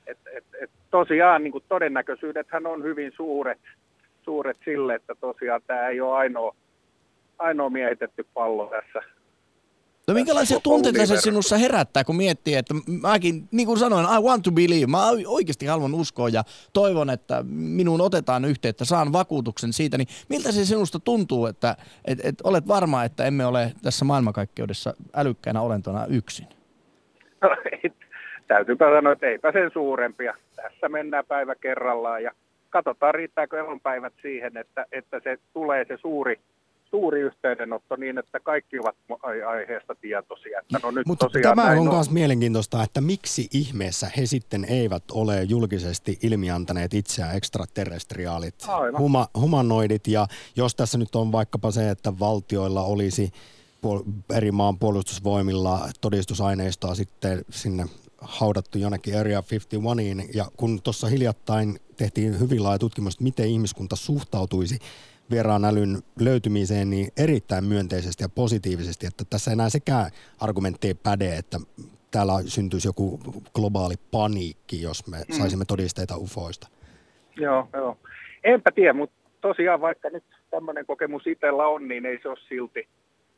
tosiaan niin kuin todennäköisyydethän on hyvin suuret sille, että tosiaan tämä ei ole ainoa miehitetty pallo tässä. No minkälaisia tunteita se sinussa herättää, kun miettii, että mäkin, niin kuin sanoin, I want to believe, mä oikeasti haluan uskoa ja toivon, että minuun otetaan yhteyttä, saan vakuutuksen siitä, niin miltä se sinusta tuntuu, että olet varma, että emme ole tässä maailmankaikkeudessa älykkäänä olentona yksin? No, täytyypä sanoa, että eipä sen suurempia. Tässä mennään päivä kerrallaan ja katsotaan, riittääkö elonpäivät siihen, että se tulee se suuri yhteydenotto niin, että kaikki ovat aiheesta tietoisia. Mutta tämä on myös mielenkiintoista, että miksi ihmeessä he sitten eivät ole julkisesti ilmiantaneet itseään ekstraterrestriaalit, humanoidit, ja jos tässä nyt on vaikkapa se, että valtioilla olisi eri maan puolustusvoimilla todistusaineistoa sitten sinne haudattu jonnekin Area 51, ja kun tuossa hiljattain tehtiin hyvin laaja tutkimus, että miten ihmiskunta suhtautuisi vieraan älyn löytymiseen niin erittäin myönteisesti ja positiivisesti, että tässä enää sekään argumentti ei päde, että täällä syntyisi joku globaali paniikki, jos me saisimme todisteita ufoista. Joo. Enpä tiedä, mutta tosiaan vaikka nyt tämmöinen kokemus itsellä on, niin ei se ole silti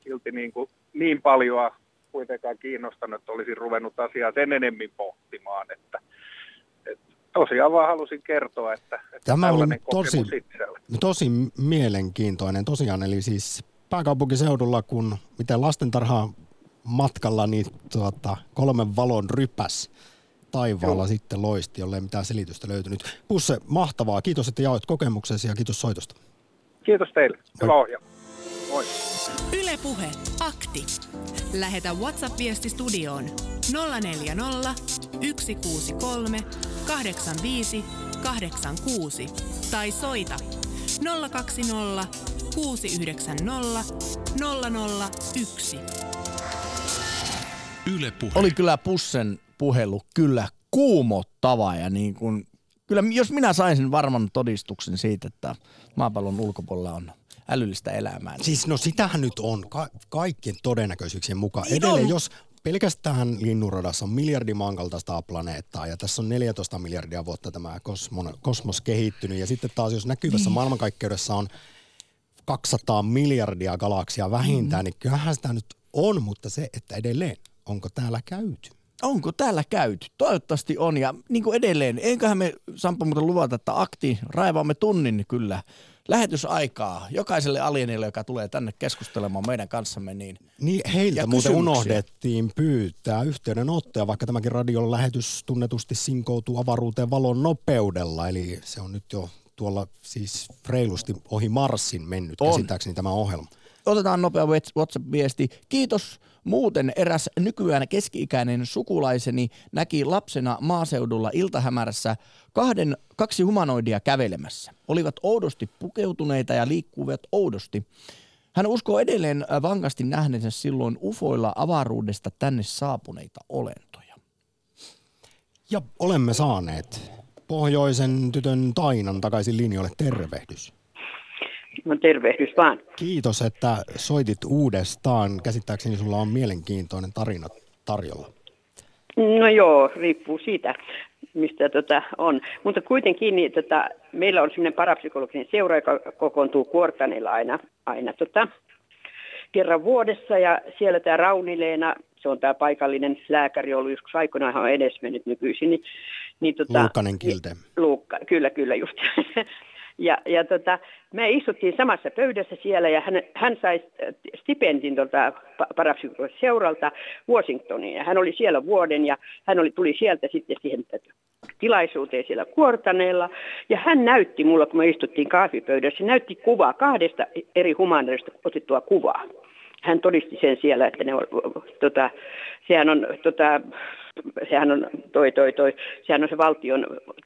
niin paljon kuitenkaan kiinnostanut, että olisin ruvennut asiaa sen enemmän pohtimaan, että tosiaan vaan halusin kertoa, että tämä oli tosi mielenkiintoinen tosiaan, eli siis pääkaupunkiseudulla, kun miten lastentarhaan matkalla, niin 3 valon rypäs taivaalla sitten loisti, jollei mitään selitystä löytynyt. Pusse, mahtavaa. Kiitos, että jaoit kokemuksesi ja kiitos soitosta. Kiitos teille. Hyvä ohjelma. Moi. Yle Puhe. Akti. Lähetä WhatsApp-viesti studioon 040 163 85 86 tai soita 020 690 001. Yle Puhe. Oli kyllä Pussen puhelu kyllä kuumottava ja niin kuin, kyllä jos minä saisin varman todistuksen siitä, että maapallon ulkopuolella on älyllistä elämää. Niin Siis no sitähän nyt on kaikkien todennäköisyyksien mukaan. Niin Edelleen, on. jos pelkästään linnunradassa on miljardi maankaltaista planeettaa ja tässä on 14 miljardia vuotta tämä kosmos kehittynyt ja sitten taas jos näkyvässä maailmankaikkeudessa on 200 miljardia galaksia vähintään, niin kyllähän sitä nyt on, mutta se, että edelleen, onko täällä käyty? onko täällä käyty? Toivottavasti on ja niin kuin edelleen, eiköhän me Sampo muuten luvata, että raivaamme tunnin kyllä lähetysaikaa jokaiselle alienille, joka tulee tänne keskustelemaan meidän kanssamme. Niin Heiltä ja muuten kysymyksiä. unohdettiin pyytää yhteydenottoja, vaikka tämäkin radion lähetys tunnetusti sinkoutuu avaruuteen valon nopeudella, eli se on nyt jo tuolla siis reilusti ohi Marsin mennyt käsittääkseni tämä ohjelma. Otetaan nopea WhatsApp-viesti. Kiitos. Muuten eräs nykyään keski-ikäinen sukulaiseni näki lapsena maaseudulla iltahämärässä kaksi humanoidia kävelemässä. Olivat oudosti pukeutuneita ja liikkuivat oudosti. Hän uskoo edelleen vankasti nähneensä silloin ufoilla avaruudesta tänne saapuneita olentoja. Ja olemme saaneet pohjoisen tytön Tainan takaisin linjoille. Tervehdys. No tervehdys vaan. Kiitos, että soitit uudestaan. Käsittääkseni sulla on mielenkiintoinen tarina tarjolla. No joo, riippuu siitä, mistä on. Mutta kuitenkin niin, meillä on sellainen parapsykologinen seura, joka kokoontuu Kuortaneella aina kerran vuodessa. Ja siellä tämä Rauni-Leena, se on tämä paikallinen lääkäri ollut joskus aikoinaan, hän on edesmennyt nykyisin. Luukkanen Kilde. Kyllä just. Ja me istuttiin samassa pöydässä siellä ja hän sai stipendin parapsykologiselta seuralta Washingtoniin. Ja hän oli siellä vuoden ja hän tuli sieltä sitten siihen tilaisuuteen siellä Kuortaneella. Ja hän näytti mulle, kun me istuttiin kahvipöydässä, näytti kuvaa, 2 eri humaneista otettua kuvaa. Hän todisti sen siellä, että ne on, sehän on se valtion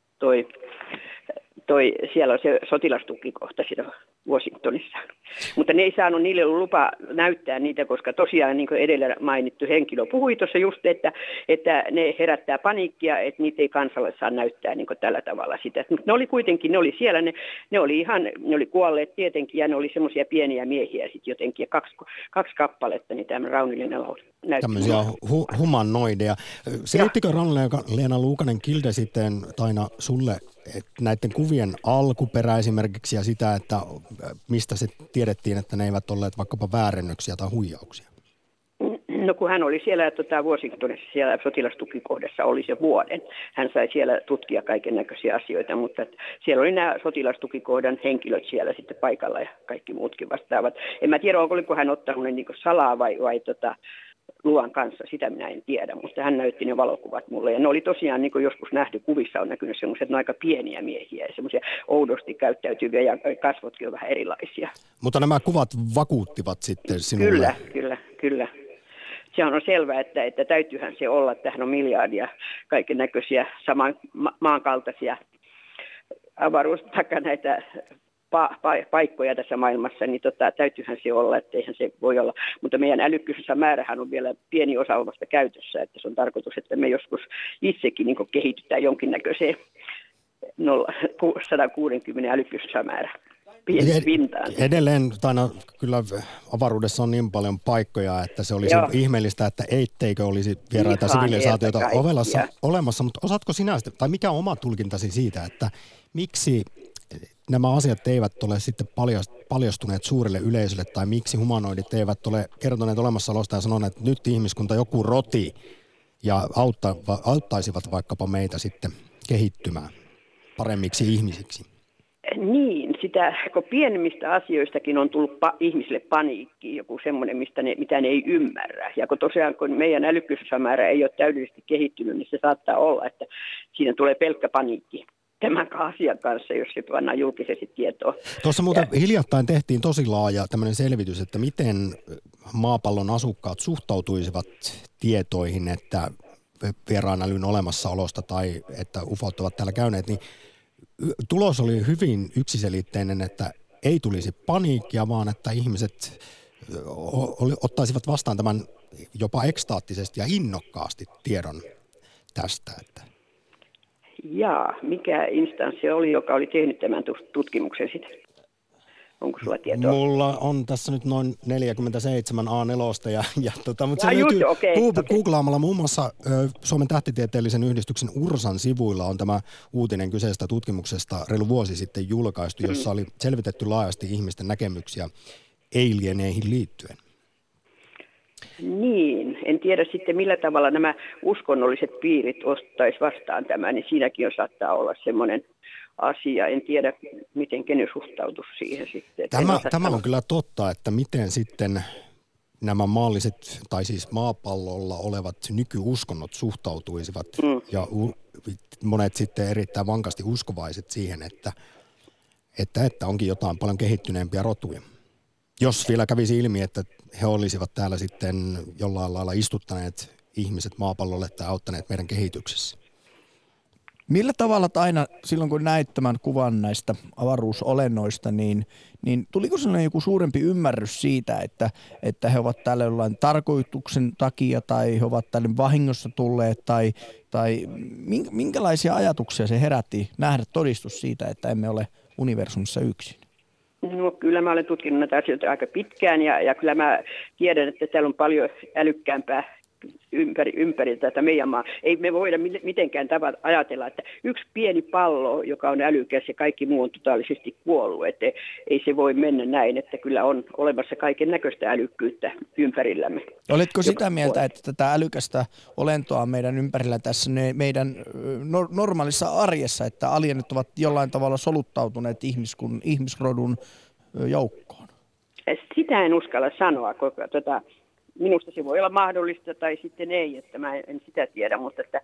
siellä on se sotilastukikohta siinä Washingtonissa. Mutta ne ei saanut niille lupa näyttää niitä, koska tosiaan niin kuin edellä mainittu henkilö puhui tuossa just, että ne herättää paniikkia, että niitä ei kansalaiset saa näyttää niin kuin tällä tavalla sitä. Mutta ne oli siellä, ne oli kuolleet tietenkin ja ne oli semmoisia pieniä miehiä sitten jotenkin ja kaksi kappaletta, niin tämä Rauni-Leena näytti. Tämmöisiä humanoideja. Selittikö Rauni-Leena Luukanen Kilde sitten Taina sulle näiden kuvien alkuperä esimerkiksi ja sitä, että mistä se tiedettiin, että ne eivät olleet vaikkapa väärennöksiä tai huijauksia? No kun hän oli siellä Washingtonissa, siellä sotilastukikohdassa oli se vuoden. Hän sai siellä tutkia kaiken näköisiä asioita, mutta siellä oli nämä sotilastukikohdan henkilöt siellä sitten paikalla ja kaikki muutkin vastaavat. En mä tiedä, oliko hän ottanut ne niin kuin salaa vai luvan kanssa, sitä minä en tiedä, mutta hän näytti ne valokuvat mulle. Ja ne oli tosiaan, niin kuin joskus nähty kuvissa, on näkynyt semmoiset aika pieniä miehiä ja semmoisia oudosti käyttäytyviä ja kasvotkin on vähän erilaisia. Mutta nämä kuvat vakuuttivat sitten sinulle? Kyllä. Se on selvää, että täytyyhän se olla, että hän on miljardia kaiken näköisiä saman maankaltaisia näitä paikkoja tässä maailmassa, niin täytyyhän se olla, että eihän se voi olla. Mutta meidän älykkyysensä määrähän on vielä pieni osa omasta käytössä, että se on tarkoitus, että me joskus itsekin niin kehitytään jonkinnäköiseen 160 älykkyysensä määrä pintaan. Edelleen Taina, kyllä avaruudessa on niin paljon paikkoja, että se olisi ihmeellistä, että etteikö olisi vieraita sivilisaatioita olemassa, mutta osaatko sinä, tai mikä on oma tulkintasi siitä, että miksi nämä asiat eivät ole sitten paljastuneet suurelle yleisölle, tai miksi humanoidit eivät ole kertoneet olemassaolosta ja sanoneet, että nyt ihmiskunta joku roti ja auttaisivat vaikkapa meitä sitten kehittymään paremmiksi ihmisiksi? Niin, kun pienemmistä asioistakin on tullut ihmisille paniikki, joku semmoinen, mitä ne ei ymmärrä. Ja kun tosiaan kun meidän älykkyysamäärä ei ole täydellisesti kehittynyt, niin se saattaa olla, että siinä tulee pelkkä paniikki tämän asian kanssa, jos se pannaan julkisesti tietoa. Tuossa muuten hiljattain tehtiin tosi laaja tämmöinen selvitys, että miten maapallon asukkaat suhtautuisivat tietoihin, että vieraan älyn olemassaolosta tai että ufot ovat täällä käyneet, niin tulos oli hyvin yksiselitteinen, että ei tulisi paniikkia, vaan että ihmiset ottaisivat vastaan tämän jopa ekstaattisesti ja innokkaasti tiedon tästä. Jaa, mikä instanssi oli, joka oli tehnyt tämän tutkimuksen sitten? Onko sulla tietoa? Mulla on tässä nyt noin 47 A4 mutta se just, löytyy googlaamalla muun muassa Suomen tähtitieteellisen yhdistyksen URSAn sivuilla on tämä uutinen kyseisestä tutkimuksesta reilu vuosi sitten julkaistu, jossa oli selvitetty laajasti ihmisten näkemyksiä alieneihin liittyen. Niin, en tiedä sitten millä tavalla nämä uskonnolliset piirit ottaisi vastaan tämän, niin siinäkin saattaa olla semmoinen asia. En tiedä, miten ne suhtautuisi siihen sitten. Tämä on kyllä totta, että miten sitten nämä maalliset, tai siis maapallolla olevat nykyuskonnot suhtautuisivat, ja monet sitten erittäin vankasti uskovaiset siihen, että onkin jotain paljon kehittyneempiä rotuja. Jos vielä kävisi ilmi, että he olisivat täällä sitten jollain lailla istuttaneet ihmiset maapallolle tai auttaneet meidän kehityksessä. Millä tavalla aina silloin, kun näit tämän kuvan näistä avaruusolennoista, niin tuliko sellainen joku suurempi ymmärrys siitä, että he ovat täällä jollain tarkoituksen takia tai he ovat täällä vahingossa tulleet tai minkälaisia ajatuksia se herätti nähdä todistus siitä, että emme ole universumissa yksin? No, kyllä mä olen tutkinut näitä asioita aika pitkään ja kyllä mä tiedän, että täällä on paljon älykkäämpää ympäri tätä meidän maa. Ei me voida mitenkään ajatella, että yksi pieni pallo, joka on älykäs ja kaikki muu on totaalisesti kuollut. Että ei se voi mennä näin, että kyllä on olemassa kaiken näköistä älykkyyttä ympärillämme. Oletko sitä mieltä, että tätä älykästä olentoa on meidän ympärillä tässä meidän normaalissa arjessa, että alienit ovat jollain tavalla soluttautuneet ihmisrodun joukkoon? Sitä en uskalla sanoa, koska minusta se voi olla mahdollista tai sitten ei, että mä en sitä tiedä, mutta että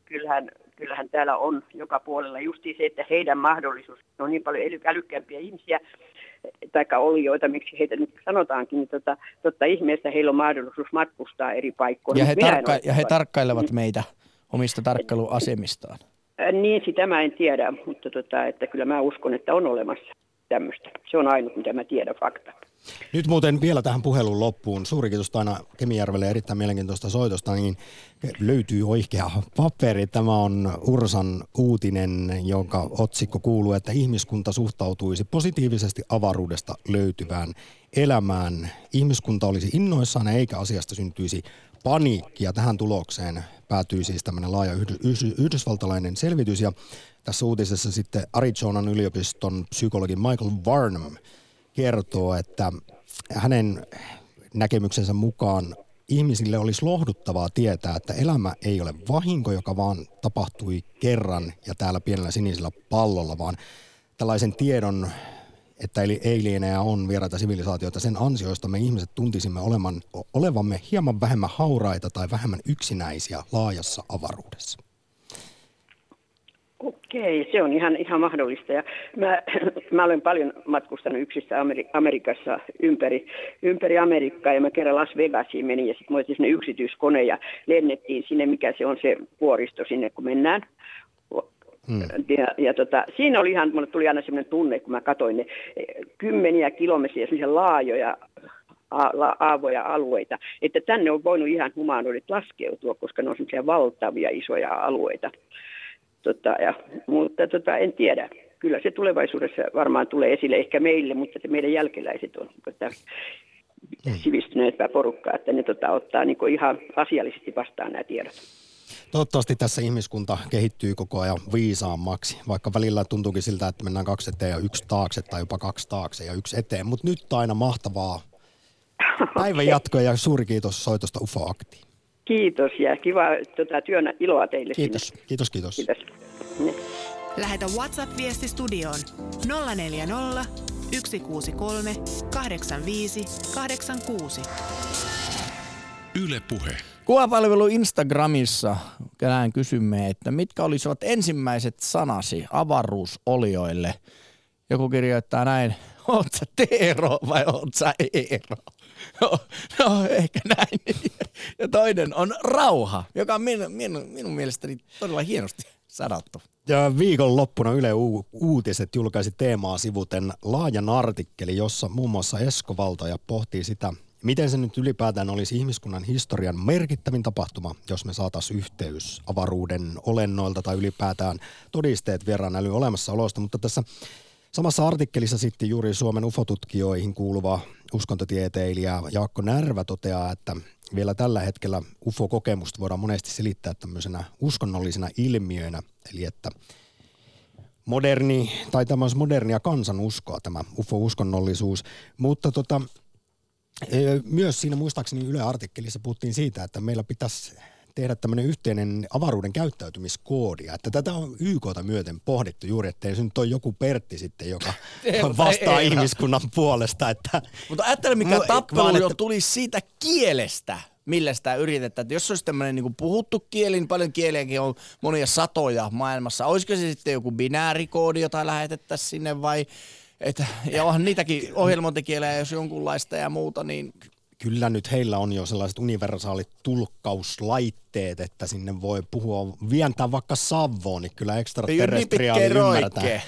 kyllähän täällä on joka puolella justiin se, että heidän mahdollisuus on niin paljon älykkäämpiä ihmisiä, taikka olijoita, miksi heitä nyt sanotaankin, niin totta ihmeestä heillä on mahdollisuus matkustaa eri paikkoihin. Ja he tarkkailevat meitä omista tarkkailuasemistaan. Niin, sitä mä en tiedä, mutta että kyllä mä uskon, että on olemassa tämmöistä. Se on ainut, mitä mä tiedän fakta. Nyt muuten vielä tähän puhelun loppuun. Suuri kiitos Taina Kemijärvelle erittäin mielenkiintoista soitosta. Niin löytyy oikea paperi. Tämä on URSAn uutinen, jonka otsikko kuuluu, että ihmiskunta suhtautuisi positiivisesti avaruudesta löytyvään elämään. Ihmiskunta olisi innoissaan eikä asiasta syntyisi paniikki. Ja tähän tulokseen päätyi siis tämmöinen laaja yhdysvaltalainen selvitys. Ja tässä uutisessa sitten Arizonan yliopiston psykologi Michael Varnum kertoo, että hänen näkemyksensä mukaan ihmisille olisi lohduttavaa tietää, että elämä ei ole vahinko, joka vaan tapahtui kerran ja täällä pienellä sinisellä pallolla, vaan tällaisen tiedon, että alienejä on vieraita sivilisaatioita, sen ansioista me ihmiset tuntisimme olevamme hieman vähemmän hauraita tai vähemmän yksinäisiä laajassa avaruudessa. Okei, se on ihan mahdollista. Ja mä olen paljon matkustanut yksissä Amerikassa ympäri Amerikkaa ja mä kerran Las Vegasiin menin ja sitten mä otin sinne yksityiskone ja lennettiin sinne, mikä se on se vuoristo sinne, kun mennään. Ja siinä oli mulle tuli aina sellainen tunne, kun mä katsoin ne kymmeniä kilometriä sellaisia laajoja aavoja alueita, että tänne on voinut ihan humanoidit laskeutua, koska ne on sellaisia valtavia isoja alueita. Mutta en tiedä. Kyllä se tulevaisuudessa varmaan tulee esille ehkä meille, mutta meidän jälkeläiset on sivistyneempää porukkaa, että ne ottaa niin ihan asiallisesti vastaan nämä tiedot. Toivottavasti tässä ihmiskunta kehittyy koko ajan viisaammaksi, vaikka välillä tuntuukin siltä, että mennään 2 eteen ja 1 taakse tai jopa 2 taakse ja 1 eteen. Mutta nyt aina mahtavaa päivän jatkoa ja suuri kiitos soitosta UFO-aktiin. Kiitos ja kiva työn iloa teille. Kiitos. Sinne. Kiitos. Lähetä WhatsApp-viesti studioon 040 163 85 86. Yle Puhe. Kuvapalvelu Instagramissa tänään kysymme, että mitkä olisivat ensimmäiset sanasi avaruusolioille. Joku kirjoittaa näin, oot sä Teero vai oot sä Eero? No ehkä näin. Ja toinen on rauha, joka on minun mielestäni todella hienosti Sanottu. Ja viikonloppuna Yle Uutiset julkaisi teemaa sivuten laajan artikkeli, jossa muun muassa Esko Valtoja pohtii sitä, miten se nyt ylipäätään olisi ihmiskunnan historian merkittävin tapahtuma, jos me saataisiin yhteys avaruuden olennoilta tai ylipäätään todisteet vieraan älyn olemassaolosta. Mutta tässä samassa artikkelissa sitten juuri Suomen ufotutkijoihin kuuluva uskontotieteilijä Jaakko Närvä toteaa, että vielä tällä hetkellä ufo-kokemusta voidaan monesti selittää tämmöisenä uskonnollisena ilmiönä, eli että modernia kansanuskoa tämä ufo-uskonnollisuus, mutta myös siinä muistaakseni Yle-artikkelissa puhuttiin siitä, että meillä pitäisi tehdä tämmöinen yhteinen avaruuden käyttäytymiskoodi, että tätä on YK:ta myöten pohdittu juuri, ettei se nyt ole joku Pertti sitten, joka vastaa ihmiskunnan puolesta. Että mutta ajattele, mikä tappelu jo tuli siitä kielestä, millä sitä yritetään. Että jos olisi tämmöinen niin kuin puhuttu kieli, niin paljon kieliäkin on monia satoja maailmassa. Olisiko se sitten joku binäärikoodi, jota lähetettäisiin sinne vai... ja onhan niitäkin ohjelmointikielejä, jos jonkunlaista ja muuta, niin... Kyllä nyt heillä on jo sellaiset universaalit tulkkauslaitteet, että sinne voi puhua, vientää vaikka Savoon, niin kyllä ekstraterrestriaali ymmärtää.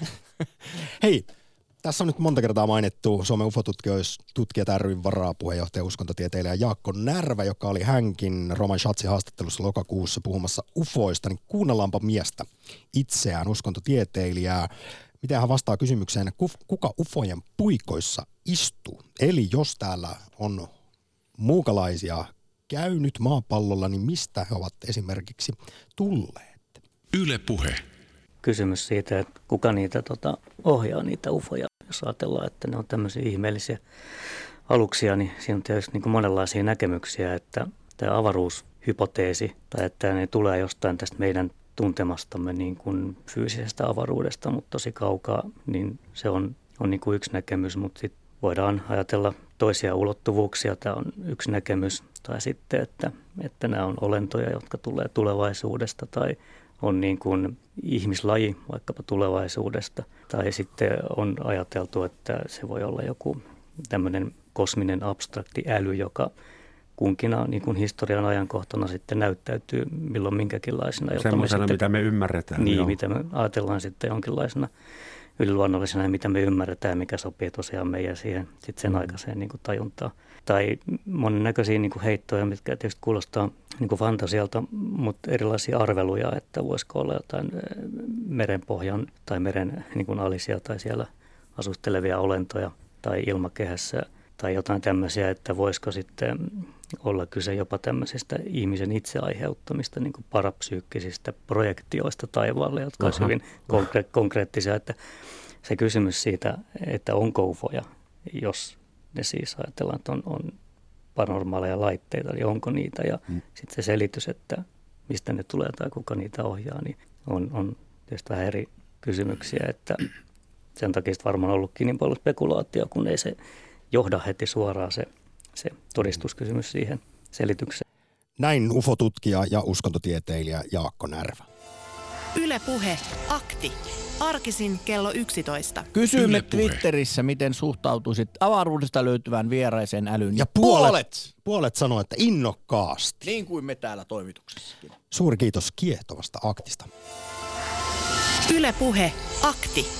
Hei, tässä on nyt monta kertaa mainittu Suomen UFO-tutkijat ry:n varapuheenjohtaja uskontotieteilijä Jaakko Närvä, joka oli hänkin Roman Schatzin haastattelussa lokakuussa puhumassa ufoista, niin kuunnellaanpa miestä itseään, uskontotieteilijää. Miten hän vastaa kysymykseen, kuka ufojen puikoissa istuu? Eli jos täällä on muukalaisia käynyt maapallolla, niin mistä he ovat esimerkiksi tulleet? Yle Puhe. Kysymys siitä, että kuka niitä ohjaa niitä ufoja. Jos ajatellaan, että ne on tämmöisiä ihmeellisiä aluksia, niin siinä on tietysti niin kuin monenlaisia näkemyksiä, että tämä avaruushypoteesi tai että ne tulee jostain tästä meidän tuntemastamme niin kuin fyysisestä avaruudesta, mutta tosi kaukaa, niin se on niin kuin yksi näkemys, mutta sitten voidaan ajatella toisia ulottuvuuksia. Tämä on yksi näkemys. Tai sitten, että nämä on olentoja, jotka tulee tulevaisuudesta tai on niin kuin ihmislaji vaikkapa tulevaisuudesta. Tai sitten on ajateltu, että se voi olla joku tämmöinen kosminen abstrakti äly, joka kunkina niin kuin historian ajankohtana sitten näyttäytyy milloin minkäkinlaisena. Semmoisena, mitä me ymmärretään. Niin, mitä me ajatellaan sitten jonkinlaisena yliluonnollisena, mitä me ymmärretään, mikä sopii tosiaan meidän siihen sitten sen aikaiseen niin kuin tajuntaan. Tai monennäköisiä niin kuin heittoja, mitkä tietysti kuulostaa niin kuin fantasialta, mutta erilaisia arveluja, että voisiko olla jotain merenpohjan tai meren niin kuin alisia tai siellä asustelevia olentoja tai ilmakehässä tai jotain tämmöisiä, että voisiko sitten olla kyse jopa tämmöisistä ihmisen itse aiheuttamista niin kuin parapsyykkisistä projektioista taivaalle, jotka olisi hyvin konkreettisia. Että se kysymys siitä, että onko ufoja, jos ne siis ajatellaan, että on paranormaaleja laitteita, niin onko niitä. Ja sitten se selitys, että mistä ne tulee tai kuka niitä ohjaa, niin on tietysti vähän eri kysymyksiä. Että sen takia varmaan ollutkin niin paljon spekulaatio, kun ei se johda heti suoraan se todistuskysymys siihen selitykseen. Näin UFO-tutkija ja uskontotieteilijä Jaakko Närvä. Yle Puhe. Akti. Arkisin kello 11. Kysymme Twitterissä, miten suhtautuisit avaruudesta löytyvään vieraiseen älyyn. Ja puolet sanoo, että innokkaasti. Niin kuin me täällä toimituksessakin. Suuri kiitos kiehtovasta aktista. Yle Puhe. Akti.